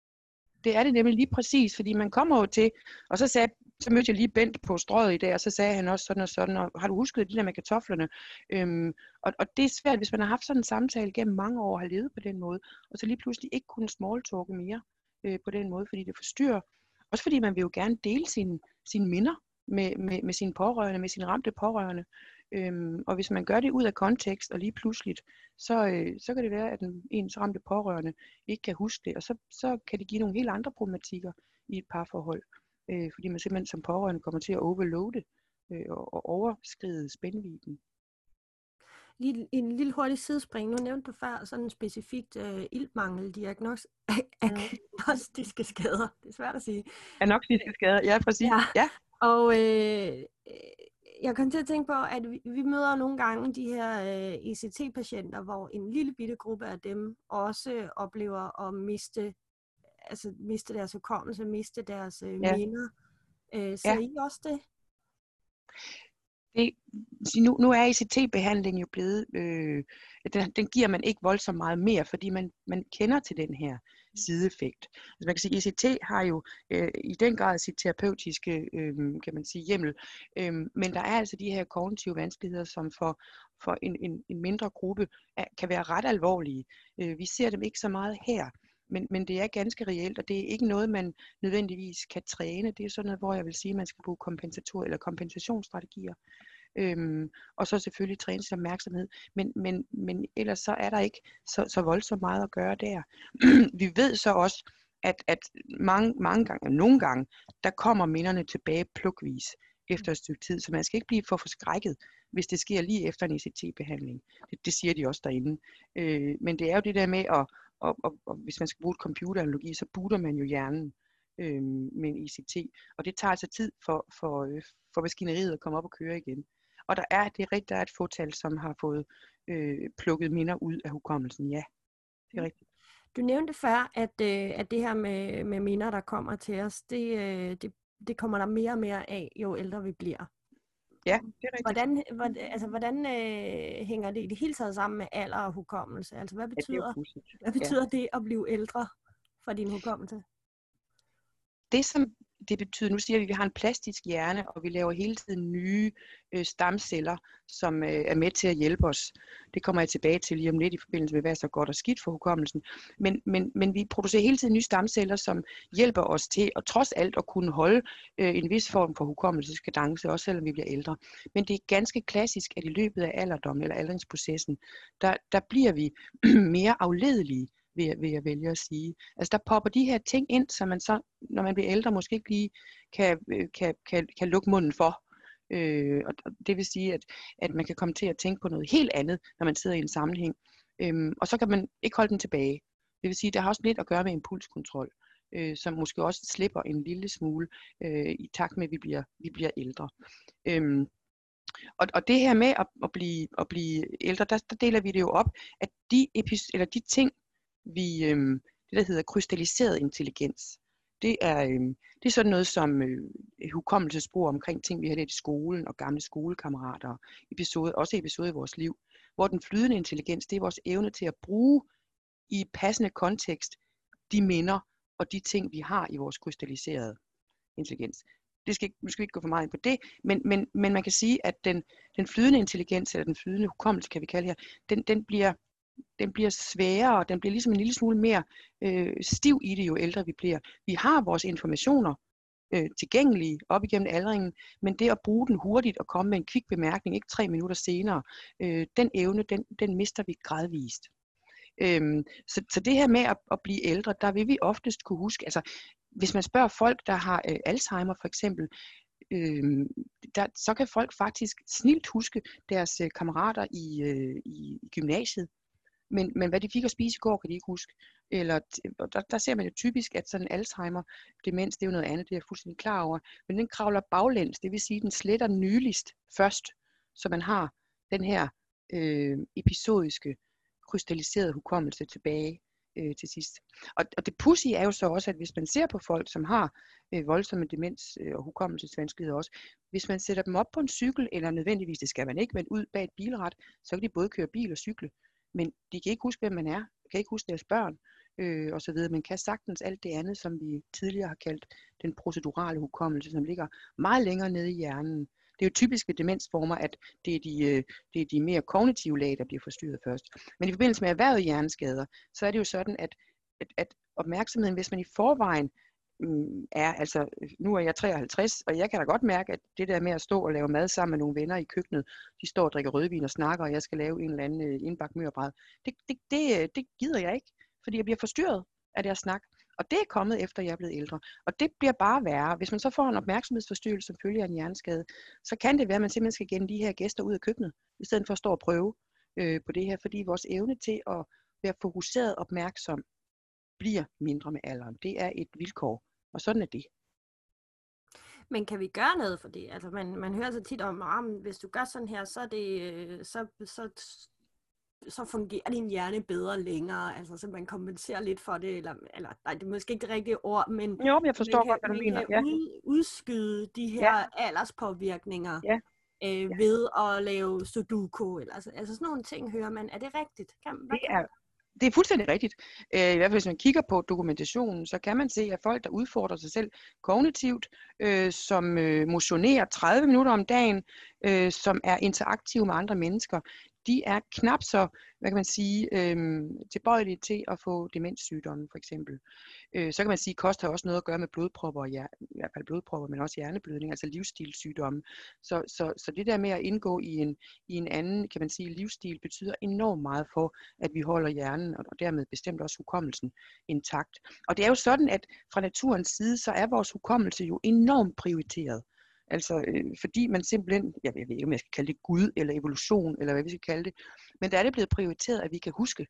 det er det nemlig lige præcis, fordi man kommer jo til, og så, sagde, så mødte jeg lige Bent på strøget i dag, og så sagde han også sådan og sådan, og har du husket det der med kartoflerne? Øhm, og, og det er svært, hvis man har haft sådan en samtale gennem mange år, og har levet på den måde, og så lige pludselig ikke kunne smalltalke mere øh, på den måde, fordi det forstyrrer. Også fordi man vil jo gerne dele sine, sine minder med, med, med sine pårørende, med sine ramte pårørende. Øhm, og hvis man gør det ud af kontekst og lige pludseligt, så, øh, så kan det være, at den, ens ramte pårørende ikke kan huske det, og så, så kan det give nogle helt andre problematikker i et parforhold, øh, fordi man simpelthen som pårørende kommer til at overloade øh, og, og overskride spændvidden. Lige en lille hurtig sidespring. Nu nævnte du før sådan en specifikt øh, iltmangel-diagnostiske skader. Det er svært at sige. Anoxiske skader, ja præcis. Ja. Ja. Og øh, jeg kom til at tænke på, at vi, vi møder nogle gange de her øh, E C T-patienter, hvor en lille bitte gruppe af dem også oplever at miste, altså miste deres hukommelse, miste deres øh, Ja. minder. Øh, ser Ja. I også det? Det, nu, nu er E C T-behandling jo blevet, øh, den, den giver man ikke voldsomt meget mere, fordi man, man kender til den her sideeffekt. Altså man kan sige, E C T har jo øh, i den grad sit terapeutiske, øh, kan man sige, hjemmel, øh, men der er altså de her kognitive vanskeligheder, som for, for en, en, en mindre gruppe er, kan være ret alvorlige. Øh, vi ser dem ikke så meget her. Men, men det er ganske reelt, og det er ikke noget, man nødvendigvis kan træne. Det er sådan noget, hvor jeg vil sige, at man skal bruge kompensator eller kompensationsstrategier. Øhm, og så selvfølgelig træne sin opmærksomhed. Men, men, men ellers så er der ikke så, så voldsomt meget at gøre der. Vi ved så også, at, at mange, mange gange, nogle gange, der kommer minderne tilbage plukvis efter et stykke tid. Så man skal ikke blive for forskrækket, hvis det sker lige efter en E C T-behandling. Det, det siger de også derinde. Øh, men det er jo det der med at Og, og, og hvis man skal bruge et computeranalogi, så booter man jo hjernen øh, med en E C T. Og det tager altså tid for, for, øh, for maskineriet at komme op og køre igen. Og der er, det er rigtigt, der er et fåtal, som har fået øh, plukket minder ud af hukommelsen. Ja, det er rigtigt. Du nævnte før, at, øh, at det her med, med minder, der kommer til os, det, øh, det, det kommer der mere og mere af, jo ældre vi bliver. Ja, det er rigtigt. Hvordan, hvordan, altså, hvordan øh, hænger det i det hele taget sammen med alder og hukommelse? Altså, hvad betyder, Ja, det, hvad betyder ja. det at blive ældre for din hukommelse? Det som det betyder, nu siger vi, at vi har en plastisk hjerne, og vi laver hele tiden nye øh, stamceller, som øh, er med til at hjælpe os. Det kommer jeg tilbage til lige om lidt i forbindelse med, hvad så godt og skidt for hukommelsen. Men, men, men vi producerer hele tiden nye stamceller, som hjælper os til at trods alt at kunne holde øh, en vis form for hukommelseskadence, også selvom vi bliver ældre. Men det er ganske klassisk, at i løbet af alderdom eller aldringsprocessen, der, der bliver vi mere afledelige. vil jeg, vil jeg vælge at sige. Altså der popper de her ting ind, som man så, når man bliver ældre, måske ikke lige kan, kan, kan, kan lukke munden for. Øh, og det vil sige, at, at man kan komme til at tænke på noget helt andet, når man sidder i en sammenhæng. Øhm, og så kan man ikke holde den tilbage. Det vil sige, at det har også lidt at gøre med impulskontrol, øh, som måske også slipper en lille smule øh, i takt med, at vi bliver, vi bliver ældre. Øhm, og, og det her med at, at, blive, at blive ældre, der, der deler vi det jo op, at de, epis- eller de ting, vi, øhm, det der hedder krystalliseret intelligens, det er, øhm, det er sådan noget som øh, hukommelsesspor omkring ting, vi har lært i skolen, og gamle skolekammerater, episode, også episoder i vores liv, hvor den flydende intelligens, det er vores evne til at bruge i passende kontekst de minder og de ting, vi har i vores krystalliserede intelligens. Det skal ikke, nu skal vi ikke gå for meget ind på det, men, men, men man kan sige, at den, den flydende intelligens, eller den flydende hukommelse, kan vi kalde her, den, den, bliver, den bliver sværere, og den bliver ligesom en lille smule mere øh, stiv i det, jo ældre vi bliver. Vi har vores informationer øh, tilgængelige op igennem aldringen, men det at bruge den hurtigt og komme med en kvik bemærkning, ikke tre minutter senere, øh, den evne, den, den mister vi gradvist. Øhm, så, så det her med at, at blive ældre, der vil vi oftest kunne huske, altså hvis man spørger folk, der har øh, Alzheimer for eksempel, øh, der, så kan folk faktisk snilt huske deres øh, kammerater i, øh, i, i gymnasiet, men, men hvad de fik at spise i går, kan de ikke huske. Eller der, der ser man jo typisk, at sådan Alzheimer-demens, det er jo noget andet, det er jeg fuldstændig klar over, men den kravler baglæns, det vil sige, den sletter nyligst først, så man har den her øh, episodiske krystalliseret hukommelse tilbage øh, til sidst. Og, og det pudsige er jo så også, at hvis man ser på folk, som har øh, voldsomme demens øh, og hukommelsesvanskeligheder også, hvis man sætter dem op på en cykel, eller nødvendigvis, det skal man ikke, men ud bag et bilrat, så kan de både køre bil og cykle. Men de kan ikke huske, hvem man er, de kan ikke huske deres børn, øh, og så videre. Man kan sagtens alt det andet, som vi tidligere har kaldt den procedurale hukommelse, som ligger meget længere nede i hjernen. Det er jo typisk ved demensformer, at det er, de, det er de mere kognitive lag, der bliver forstyrret først. Men i forbindelse med erhvervet hjerneskader, så er det jo sådan, at, at, at opmærksomheden, hvis man i forvejen mm, er, altså nu er jeg treoghalvtreds, og jeg kan da godt mærke, at det der med at stå og lave mad sammen med nogle venner i køkkenet, de står og drikker rødvin og snakker, og jeg skal lave en eller anden indbagt mørbræd, det, det, det, det gider jeg ikke, fordi jeg bliver forstyrret af deres snak. Og det er kommet efter, jeg er blevet ældre. Og det bliver bare værre. Hvis man så får en opmærksomhedsforstyrrelse, som følger af en hjerneskade, så kan det være, at man simpelthen skal gemme de her gæster ud af køkkenet, i stedet for at stå og prøve øh, på det her. Fordi vores evne til at være fokuseret opmærksom, bliver mindre med alderen. Det er et vilkår, og sådan er det. Men kan vi gøre noget for det? Altså man, man hører så tit om, at hvis du gør sådan her, så er det... Så, så så fungerer din hjerne bedre længere, altså så man kompenserer lidt for det, eller, eller nej, det er måske ikke det rigtige ord, men jo, men jeg forstår man kan, godt, hvad du man mener. kan Ja. ud, udskyde de her ja. alderspåvirkninger ja. øh, ja. ved at lave sudoku, eller, altså, altså sådan nogle ting hører man. Er det rigtigt? Kan, det, er, det er fuldstændig rigtigt. Øh, I hvert fald hvis man kigger på dokumentationen, så kan man se, at folk, der udfordrer sig selv kognitivt, øh, som øh, motionerer tredive minutter om dagen, øh, som er interaktive med andre mennesker, de er knap så, hvad kan man sige, øhm, tilbøjelige til at få demenssygdomme for eksempel. Øh, så kan man sige, at kost har også noget at gøre med blodpropper, ja, i hvert fald blodpropper, men også hjerneblødning, altså livsstilssygdomme. Så, så, så det der med at indgå i en, i en anden, kan man sige, livsstil, betyder enormt meget for, at vi holder hjernen, og dermed bestemt også hukommelsen, intakt. Og det er jo sådan, at fra naturens side, så er vores hukommelse jo enormt prioriteret. Altså øh, fordi man simpelthen, jeg ved ikke om jeg skal kalde det Gud eller evolution, eller hvad vi skal kalde det, men der er det blevet prioriteret, at vi kan huske,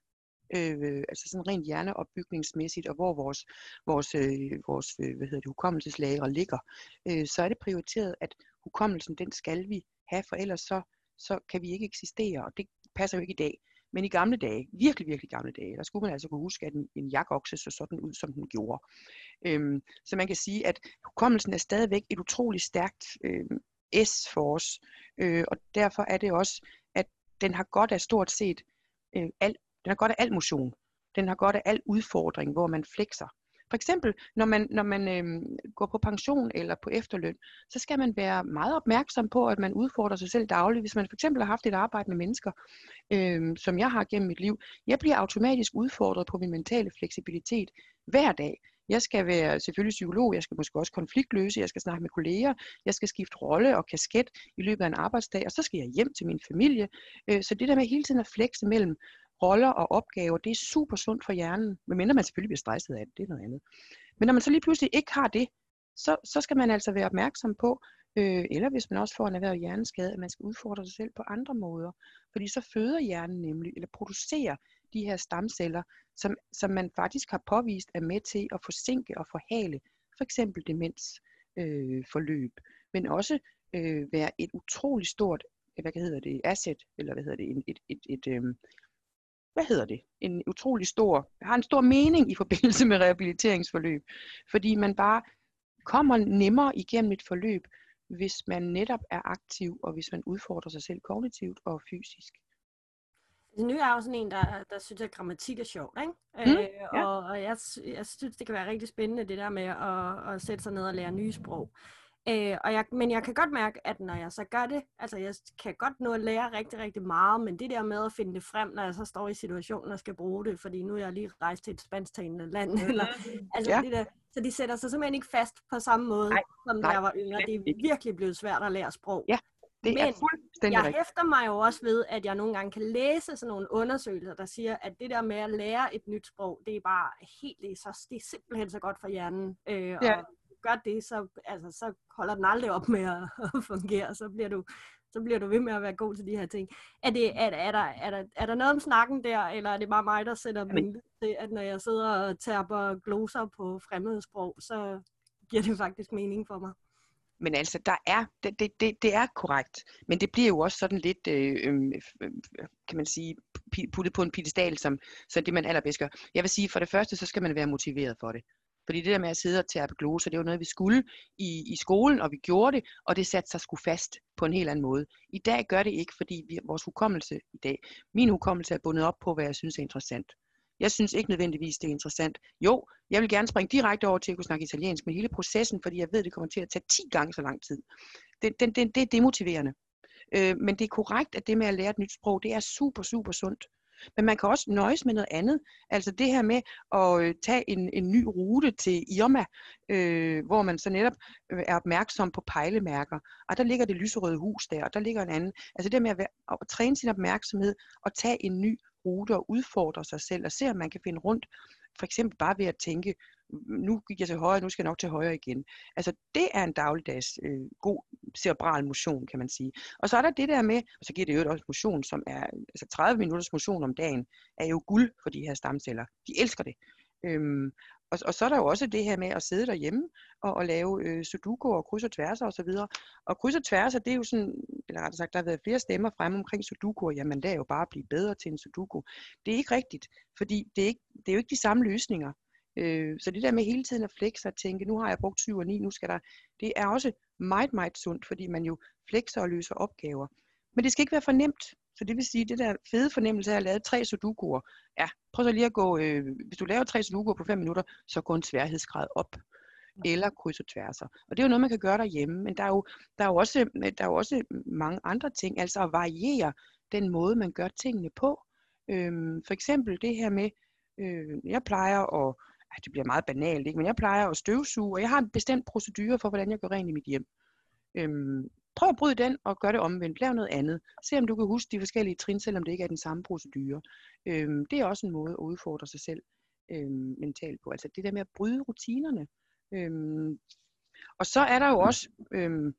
øh, altså sådan rent hjerneopbygningsmæssigt, og hvor vores, vores, øh, vores øh, hvad hedder det, hukommelseslagre ligger, øh, så er det prioriteret, at hukommelsen, den skal vi have, for ellers så, så kan vi ikke eksistere, og det passer jo ikke i dag. Men i gamle dage, virkelig, virkelig gamle dage, der skulle man altså kunne huske, at en, en jakokse så sådan ud, som den gjorde. Øhm, så man kan sige, at hukommelsen er stadigvæk et utroligt stærkt øh, S for os, øh, og derfor er det også, at den har godt af stort set øh, al, den har godt af al motion, den har godt af al udfordring, hvor man flexer. For eksempel, når man, når man øh, går på pension eller på efterløn, så skal man være meget opmærksom på, at man udfordrer sig selv dagligt. Hvis man for eksempel har haft et arbejde med mennesker, øh, som jeg har gennem mit liv, jeg bliver automatisk udfordret på min mentale fleksibilitet hver dag. Jeg skal være selvfølgelig psykolog, jeg skal måske også konfliktløse, jeg skal snakke med kolleger, jeg skal skifte rolle og kasket i løbet af en arbejdsdag, og så skal jeg hjem til min familie. Øh, så det der med hele tiden at flexe mellem roller og opgaver, det er super sundt for hjernen, medmindre man selvfølgelig bliver stresset af det, det er noget andet. Men når man så lige pludselig ikke har det, så, så skal man altså være opmærksom på, øh, eller hvis man også får en erhvervet hjerneskade, at man skal udfordre sig selv på andre måder. Fordi så føder hjernen nemlig, eller producerer de her stamceller, som, som man faktisk har påvist er med til at forsinke og forhale for eksempel demensforløb, øh, forløb, men også øh, være et utroligt stort, hvad hedder det, asset, eller hvad hedder det, et, et, et, et øh, hvad hedder det, en utrolig stor, har en stor mening i forbindelse med rehabiliteringsforløb, fordi man bare kommer nemmere igennem et forløb, hvis man netop er aktiv, og hvis man udfordrer sig selv kognitivt og fysisk. Altså, nu er jeg jo sådan en, der, der synes, at grammatik er sjovt, ikke? Mm, øh, ja. og og jeg, jeg synes, det kan være rigtig spændende, det der med at, at sætte sig ned og lære nye sprog. Øh, og jeg, men jeg kan godt mærke, at når jeg så gør det, altså jeg kan godt nå at lære rigtig, rigtig meget, men det der med at finde det frem, når jeg så står i situationen og skal bruge det, fordi nu er jeg lige rejst til et spansktalende land, mm-hmm. eller, altså ja. det der, så de sætter sig simpelthen ikke fast på samme måde, nej, som nej, da jeg var yngre. Det er virkelig blevet svært at lære sprog. Ja, det men er fuldstændig jeg rigtigt. hæfter mig jo også ved, at jeg nogle gange kan læse sådan nogle undersøgelser, der siger, at det der med at lære et nyt sprog, det er bare helt, det er, så, det er simpelthen så godt for hjernen. Øh, Ja. og gør det, så, altså, så holder den aldrig op med at, at fungere, så bliver, du, så bliver du ved med at være god til de her ting. Er, det, er, er, der, er, der, er der noget om snakken der, eller er det bare mig, der sætter min til, at når jeg sidder og terper gloser på fremmedsprog, så giver det faktisk mening for mig? Men altså, der er, det, det, det, det er korrekt, men det bliver jo også sådan lidt, øh, øh, kan man sige, puttet på en piedestal, som så det man allerbedst gør. Jeg vil sige, for det første, så skal man være motiveret for det. Fordi det der med at sidde og terpe gloser, det var noget, vi skulle i, i skolen, og vi gjorde det, og det satte sig sgu fast på en helt anden måde. I dag gør det ikke, fordi vi, vores hukommelse i dag, min hukommelse er bundet op på, hvad jeg synes er interessant. Jeg synes ikke nødvendigvis, det er interessant. Jo, jeg vil gerne springe direkte over til at kunne snakke italiensk, men hele processen, fordi jeg ved, det kommer til at tage ti gange så lang tid. Det, det, det, det er demotiverende. Øh, men det er korrekt, at det med at lære et nyt sprog, det er super, super sundt. Men man kan også nøjes med noget andet. Altså det her med at tage en, en ny rute til Irma, øh, hvor man så netop er opmærksom på pejlemærker. Og der ligger det lyserøde hus der, og der ligger en anden. Altså det med at, være, at træne sin opmærksomhed og tage en ny rute og udfordre sig selv og se, om man kan finde rundt. For eksempel bare ved at tænke, nu gik jeg til højre, nu skal jeg nok til højre igen. Altså det er en dagligdags øh, god cerebral motion, kan man sige. Og så er der det der med, og så giver det jo også motion, som er, altså tredive minutters motion om dagen, er jo guld for de her stamceller. De elsker det. Øhm, og, og så er der jo også det her med at sidde derhjemme og, og lave øh, sudoku og kryds og tværser osv. Og, og kryds og tværser, det er jo sådan, eller rettere sagt, der har været flere stemmer fremme omkring sudoku, og jamen det er jo bare at blive bedre til en sudoku. Det er ikke rigtigt, fordi det er, ikke, det er jo ikke de samme løsninger. Øh, så det der med hele tiden at flexe og tænke, nu har jeg brugt syv og ni, nu skal der, det er også meget, meget sundt, fordi man jo flexer og løser opgaver. Men det skal ikke være for nemt. Så det vil sige, det der fede fornemmelse af at lave tre sudokuer, ja, prøv så lige at gå, øh, hvis du laver tre sudokuer på fem minutter, så går en sværhedsgrad op. Eller kryds og tværser. Og det er jo noget, man kan gøre derhjemme, men der er jo, der er jo, også, der er jo også mange andre ting, altså at variere den måde, man gør tingene på. Øhm, for eksempel det her med, øh, jeg plejer at, det bliver meget banalt, ikke? Men jeg plejer at støvsuge, og jeg har en bestemt procedure for, hvordan jeg gør rent i mit hjem. Øhm, prøv at bryde den og gør det omvendt. Lav noget andet. Se om du kan huske de forskellige trin, selvom det ikke er den samme procedure. Øhm, det er også en måde at udfordre sig selv øhm, mentalt på. Altså det der med at bryde rutinerne. Øhm, og så er der jo også øhm,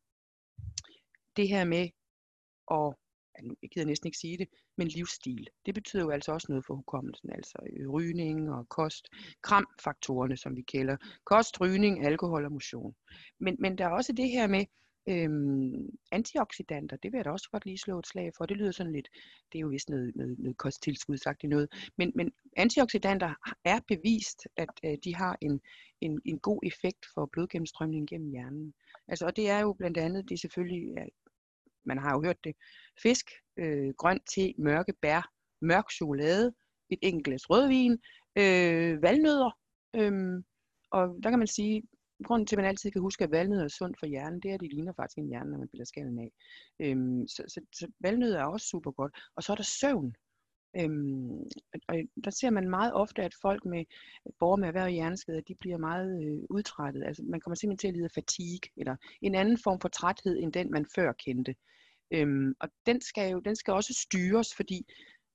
det her med at, jeg gider næsten ikke sige det, men livsstil. Det betyder jo altså også noget for hukommelsen, altså rygning og kost, kramfaktorerne, som vi kalder, kost, rygning, alkohol og motion. Men, men der er også det her med øhm, antioxidanter, det vil jeg da også godt lige slå et slag for. Det lyder sådan lidt, det er jo vist noget, noget, noget kosttilskudsagtigt noget, men, men antioxidanter er bevist, at øh, de har en, en, en god effekt for blodgennemstrømningen gennem hjernen. Altså, og det er jo blandt andet, det er selvfølgelig, ja, man har jo hørt det, fisk, øh, grønt te, mørke bær, mørk chokolade, et enkelt glas rødvin, øh, valnødder. Øh, og der kan man sige, grunden til, at man altid kan huske, at valnødder er sundt for hjernen, det er, at de ligner faktisk en hjerne, når man piller skallen af. Øh, så, så, så valnødder er også super godt. Og så er der søvn. Øhm, og der ser man meget ofte, at folk med borgere med erhvervet hjerneskader, de bliver meget øh, udtrættet. Altså man kommer simpelthen til at lide af fatigue, eller en anden form for træthed, end den man før kendte. Øhm, og den skal jo den skal også styres, fordi det,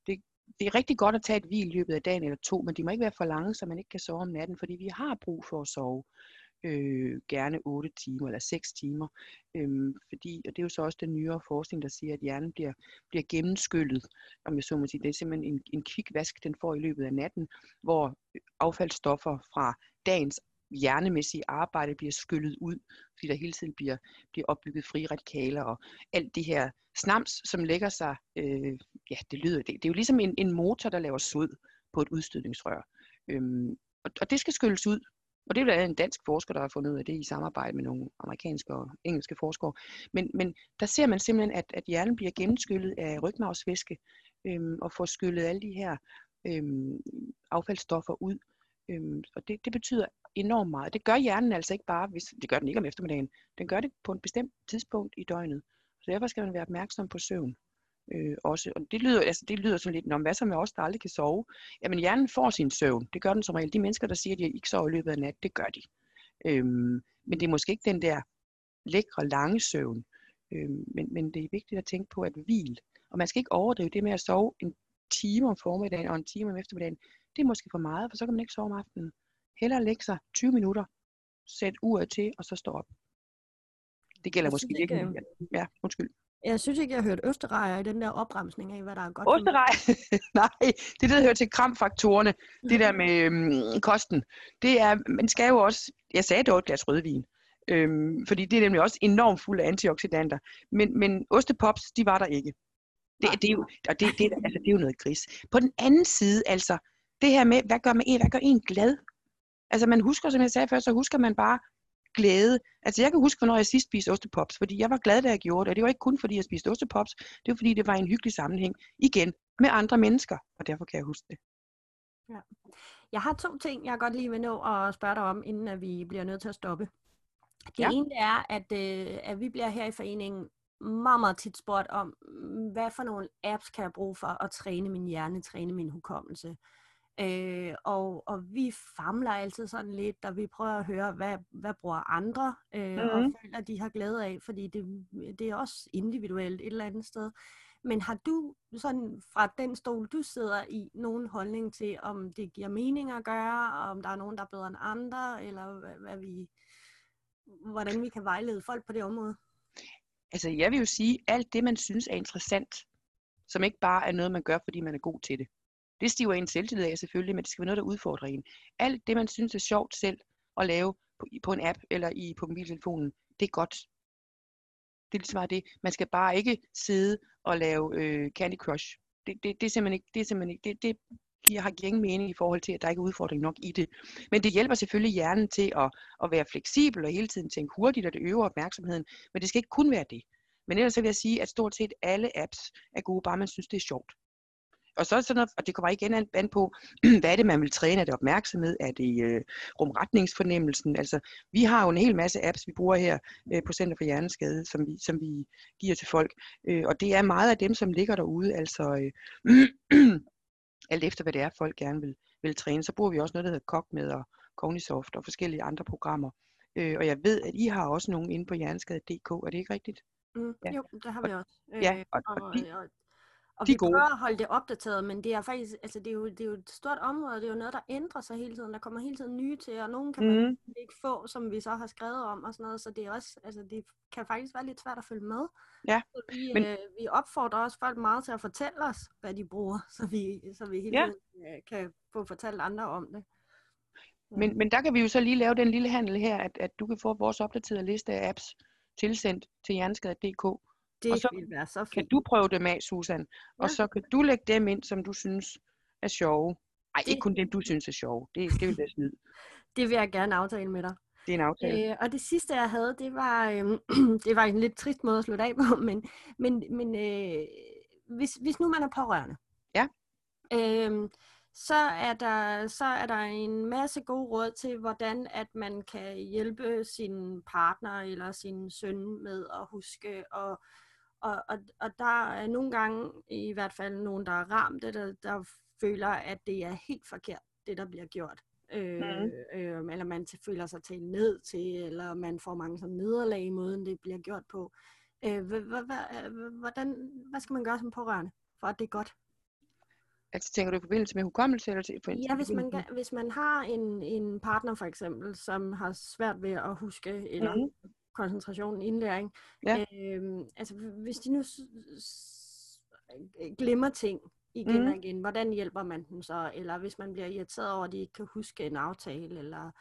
det er rigtig godt at tage et hvil i løbet af dagen eller to, men de må ikke være for lange, så man ikke kan sove om natten, fordi vi har brug for at sove. Øh, gerne otte timer eller seks timer. Øhm, fordi, og det er jo så også den nyere forskning, der siger, at hjernen bliver, bliver gennemskyllet, om jeg så må sige. Det er simpelthen en, en kvikvask, den får i løbet af natten, hvor affaldsstoffer fra dagens hjernemæssige arbejde bliver skyllet ud, fordi der hele tiden bliver, bliver opbygget frie radikaler, og alt det her snams, som lægger sig, øh, ja, det lyder, det, det er jo ligesom en, en motor, der laver sod på et udstødningsrør. Øhm, og, og det skal skylles ud. Og det er blandt andet en dansk forsker, der har fundet ud af det i samarbejde med nogle amerikanske og engelske forskere. Men, men der ser man simpelthen, at, at hjernen bliver gennemskyllet af rygmarvsvæske øhm, og får skyllet alle de her øhm, affaldsstoffer ud. Øhm, og det, det betyder enormt meget. Det gør hjernen altså ikke bare, hvis det gør den ikke om eftermiddagen. Den gør det på et bestemt tidspunkt i døgnet. Så derfor skal man være opmærksom på søvn. Øh, også. Og det lyder, altså, det lyder sådan lidt, om hvad så med os, der aldrig kan sove? Jamen hjernen får sin søvn. Det gør den som regel. De mennesker, der siger, at de ikke sover i løbet af nat, det gør de. Øhm, men det er måske ikke den der lækre, lange søvn. Øhm, men, men det er vigtigt at tænke på at hvile. Og man skal ikke overdrive det med at sove en time om formiddagen og en time om eftermiddagen. Det er måske for meget, for så kan man ikke sove om aftenen. Hellere lægge sig tyve minutter, sæt uret til, og så stå op. Det gælder Jeg måske synes ikke, ikke. Ja, undskyld. Jeg synes ikke, jeg har hørt østerejer i den der opremsning af, hvad der er godt Osterej? Nej, det er det, der hører til kramfaktorerne. Det der med øhm, kosten. Det er, man skal jo også, jeg sagde dog et glas rødvin, øhm, fordi det er nemlig også enormt fuld af antioxidanter. Men, men ostepops, de var der ikke. Det, det, er, jo, og det, det, altså, det er jo noget gris. På den anden side, altså, det her med, hvad gør man en, hvad gør en glad? Altså man husker, som jeg sagde før, så husker man bare glæde. Altså jeg kan huske, hvornår jeg sidst spiste ostepops, fordi jeg var glad, da jeg gjorde det, og det var ikke kun fordi jeg spiste ostepops, det var fordi det var en hyggelig sammenhæng, igen, med andre mennesker, og derfor kan jeg huske det. Ja. Jeg har to ting, jeg godt lige vil nå at spørge dig om, inden at vi bliver nødt til at stoppe. Det Ja. ene er, at, øh, at vi bliver her i foreningen meget, meget tit spurgt om, hvad for nogle apps kan jeg bruge for at træne min hjerne, træne min hukommelse. Øh, og, og vi famler altid sådan lidt, og vi prøver at høre, hvad, hvad bruger andre, øh, mm-hmm. og føler, de har glæde af, fordi det, det er også individuelt et eller andet sted. Men har du sådan fra den stol, du sidder i, nogen holdning til, om det giver mening at gøre, og om der er nogen, der er bedre end andre, eller hvad, hvad vi, hvordan vi kan vejlede folk på det område? Altså jeg vil jo sige, alt det man synes er interessant, som ikke bare er noget man gør, fordi man er god til det. Det stiver en selvtillid af selvfølgelig, men det skal være noget, der udfordrer en. Alt det man synes er sjovt selv at lave på, på en app eller i, på mobiltelefonen, det er godt. Det er ligesom det. Man skal bare ikke sidde og lave øh, Candy Crush. Det, det, det er simpelthen ikke, det er simpelthen ikke, det, det giver, har ingen mening i forhold til, at der ikke er udfordring nok i det. Men det hjælper selvfølgelig hjernen til at, at være fleksibel og hele tiden tænke hurtigt, og det øger opmærksomheden. Men det skal ikke kun være det. Men ellers så vil jeg sige, at stort set alle apps er gode, bare man synes, det er sjovt. Og så sådan noget, og det kommer igen an på, hvad er det, man vil træne? Er det opmærksomhed? Er det øh, rumretningsfornemmelsen? Altså, vi har jo en hel masse apps, vi bruger her øh, på Center for Hjerneskade, som vi, som vi giver til folk. Øh, og det er meget af dem, som ligger derude, altså øh, alt efter, hvad det er, folk gerne vil, vil træne. Så bruger vi også noget, der hedder Cogmed og Cognisoft og forskellige andre programmer. Øh, og jeg ved, at I har også nogle inde på hjerneskade punktum d k. Er det ikke rigtigt? Mm, ja. Jo, det har vi også. Og, ja, og, og, og, de, og, og de vi gode. prøver at holde det opdateret, men det er faktisk, altså det er, jo, det er jo et stort område, det er jo noget, der ændrer sig hele tiden. Der kommer hele tiden nye til, og nogen kan man mm. ikke få, som vi så har skrevet om og sådan noget, så det er også, altså det kan faktisk være lidt svært at følge med. Ja. Så vi, men... øh, vi opfordrer også folk meget til at fortælle os, hvad de bruger, så vi, så vi hele ja. tiden øh, kan få fortalt andre om det. Ja. Men, men der kan vi jo så lige lave den lille handel her, at, at du kan få vores opdaterede liste af apps tilsendt til hjerneskade punktum d k. Det og så vil være så fint. Kan du prøve dem af, Susan, ja. Og så kan du lægge dem ind, som du synes er sjove. Ej, det... ikke kun dem, du synes er sjove. Det, det vil være snyd. Det vil jeg gerne aftale med dig. Det er en aftale. Øh, og det sidste, jeg havde, det var, øh, det var en lidt trist måde at slutte af på, men, men, men øh, hvis, hvis nu man er pårørende, ja. øh, så, er der, så er der en masse gode råd til, hvordan at man kan hjælpe sin partner eller sin søn med at huske. Og, og, og, og der er nogle gange, i hvert fald nogen, der er ramt, der, der føler, at det er helt forkert, det der bliver gjort. Øh, mm. øh, eller man føler sig til ned til, eller man får mange sådan nederlag i måden, det bliver gjort på. Øh, hvordan, hvad skal man gøre som pårørende, for at det er godt? Altså tænker du i forbindelse med hukommelse? Eller til, for, Ja, hvis man, hvis man har en, en partner for eksempel, som har svært ved at huske, eller mm-hmm. koncentration, indlæring. Ja. Øhm, altså hvis de nu s- s- glemmer ting igen mm-hmm. og igen, hvordan hjælper man dem så? Eller hvis man bliver irriteret over, at de ikke kan huske en aftale, eller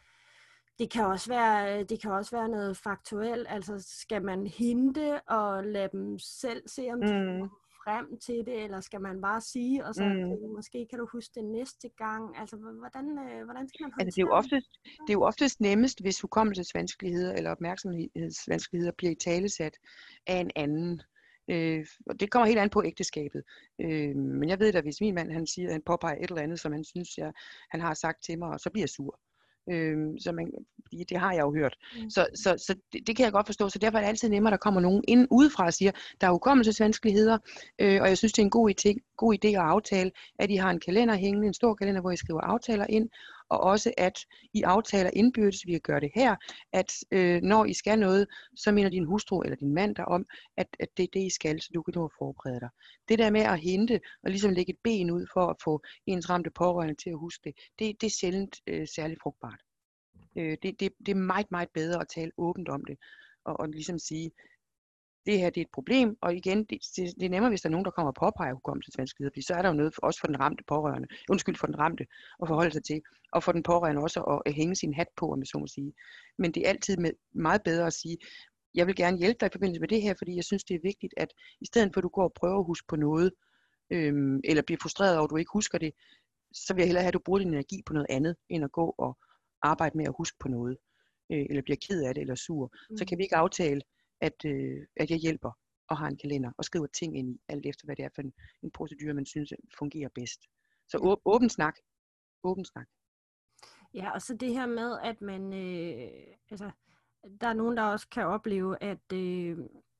det kan også være, det kan også være noget faktuelt. Altså skal man hinte og lade dem selv se, om de mm. frem til det, eller skal man bare sige, og så mm. tænke, måske kan du huske det næste gang. Altså hvordan, hvordan skal man håndtere altså, det? Er jo oftest, det er jo oftest nemmest, hvis hukommelsesvanskeligheder eller opmærksomhedsvanskeligheder bliver italesat af en anden. Øh, og det kommer helt an på ægteskabet. Øh, men jeg ved da, hvis min mand han siger, at han påpeger et eller andet, som han synes, jeg, han har sagt til mig, og så bliver jeg sur. Øhm, så man, det har jeg jo hørt. Mm. Så, så, så det, det kan jeg godt forstå. Så derfor er det altid nemmere, at der kommer nogen ind udefra og siger, der er hukommelsesvanskeligheder, øh, og jeg synes, det er en god idé, god idé at aftale, at I har en kalender hængende, en stor kalender, hvor I skriver aftaler ind, og også at I aftaler indbyrdes, vi kan gøre det her, at øh, når I skal noget, så mener din hustru eller din mand der om, at, at det er det, I skal, så du kan nå at forberede dig. Det der med at hente og ligesom lægge et ben ud for at få ens ramte pårørende til at huske det, det, det er sjældent øh, særlig frugtbart. Øh, det, det, det er meget, meget bedre at tale åbent om det, og, og ligesom sige, det her det er et problem, og igen, det, det, det er nemmere, hvis der er nogen, der kommer og påpeger hukommelsesvanskeligheder, fordi så er der jo noget for, også for den ramte pårørende, undskyld for den ramte, at forholde sig til, og for den pårørende også at, at hænge sin hat på, om jeg så må sige. Men det er altid med, meget bedre at sige, jeg vil gerne hjælpe dig i forbindelse med det her, fordi jeg synes, det er vigtigt, at i stedet for at du går og prøver at huske på noget, øhm, eller bliver frustreret over, at du ikke husker det, så vil jeg hellere have, at du bruger din energi på noget andet, end at gå og arbejde med at huske på noget, øh, eller bliver ked af det, eller sur. Mm. Så kan vi ikke aftale, at, øh, at jeg hjælper og har en kalender og skriver ting ind i, alt efter hvad det er for en, en procedure, man synes fungerer bedst. Så å, åben snak. Åben snak. Ja, og så det her med, at man, øh, altså, der er nogen, der også kan opleve, at, øh,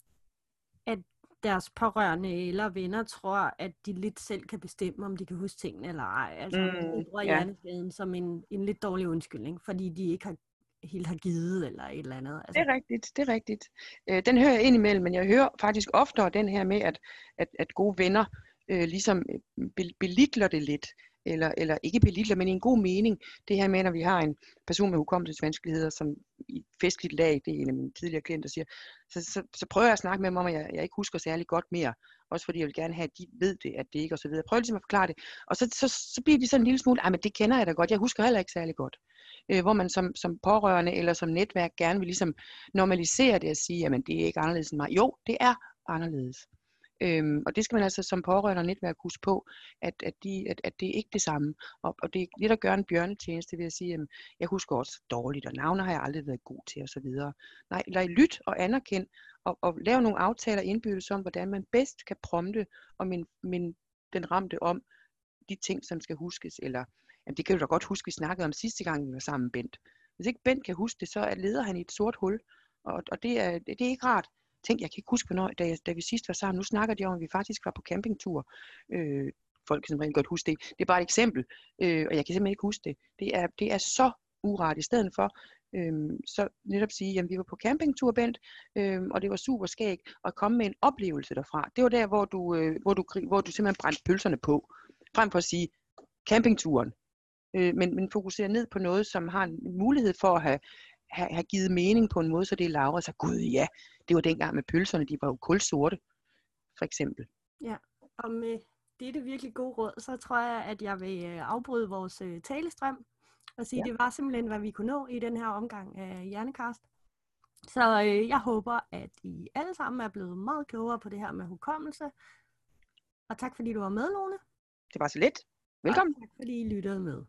at deres pårørende eller venner tror, at de lidt selv kan bestemme, om de kan huske tingene eller ej. Altså, mm, de bruger ja. hjerneskaden som en, en lidt dårlig undskyldning, fordi de ikke har helt har givet eller et eller andet. Altså. Det er rigtigt, det er rigtigt. Øh, den hører jeg ind imellem, men jeg hører faktisk oftere den her med, at, at, at gode venner øh, ligesom belitler det lidt, eller, eller ikke belitler, men i en god mening. Det her med, når vi har en person med hukommelsesvanskeligheder, som i festligt lag, det er en af mine tidligere klienter, siger, så, så, så prøver jeg at snakke med dem om, at jeg, jeg ikke husker særlig godt mere. Også fordi jeg vil gerne have, at de ved det, at det ikke, og så videre. Prøv ligesom at forklare det. Og så, så, så bliver de sådan en lille smule, ej, men det kender jeg da godt, jeg husker heller ikke særlig godt. Øh, hvor man som, som pårørende eller som netværk gerne vil ligesom normalisere det og sige, jamen det er ikke anderledes end mig. Jo, det er anderledes. Øhm, og det skal man altså som pårørende og netværk huske på, at, at, de, at, at det er ikke det samme. Og, og det er lidt at gøre en bjørnetjeneste ved at sige, at jeg husker også dårligt, og navne har jeg aldrig været god til osv. Nej, lad lyt og anerkend, og, og lave nogle aftaler indbyrdes om, hvordan man bedst kan prompte og min, min, den ramte om de ting, som skal huskes. Eller, jamen, det kan du da godt huske, vi snakkede om sidste gang, vi var sammen med Bent. Hvis ikke Bent kan huske det, så leder han i et sort hul, og, og det, er, det, det er ikke rart. Tænk, jeg kan ikke huske, hvornår, da, jeg, da vi sidst var sammen, nu snakker de om, at vi faktisk var på campingtur. Øh, folk kan simpelthen godt huske det. Det er bare et eksempel, øh, og jeg kan simpelthen ikke huske det. Det er, det er så uret. I stedet for, øh, så netop sige, at vi var på campingtur, Bent, øh, og det var super skæg, og komme med en oplevelse derfra. Det var der, hvor du, øh, hvor du, hvor du simpelthen brændte pølserne på, frem for at sige, campingturen. Øh, men, men fokusere ned på noget, som har en mulighed for at have Have, have givet mening på en måde, så det er Laura, så gud ja, det var dengang med pølserne, de var jo kulsorte, for eksempel. Ja, og med dette virkelig gode råd, så tror jeg, at jeg vil afbryde vores talestrøm, og sige, ja. Det var simpelthen, hvad vi kunne nå i den her omgang af Hjernekast. Så øh, jeg håber, at I alle sammen er blevet meget klogere på det her med hukommelse. Og tak fordi du var med, Lone. Det var så lidt. Velkommen. Og tak fordi I lyttede med.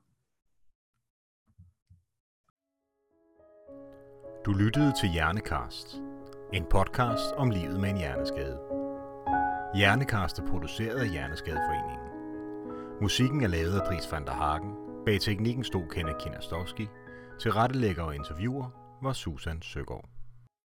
Du lyttede til Hjernekast, en podcast om livet med en hjerneskade. Hjernekast er produceret af Hjerneskadeforeningen. Musikken er lavet af Dries van der Hagen. Bag teknikken stod Kenneth Kinastowski. Tilrettelægger og interviewer var Susan Søgaard.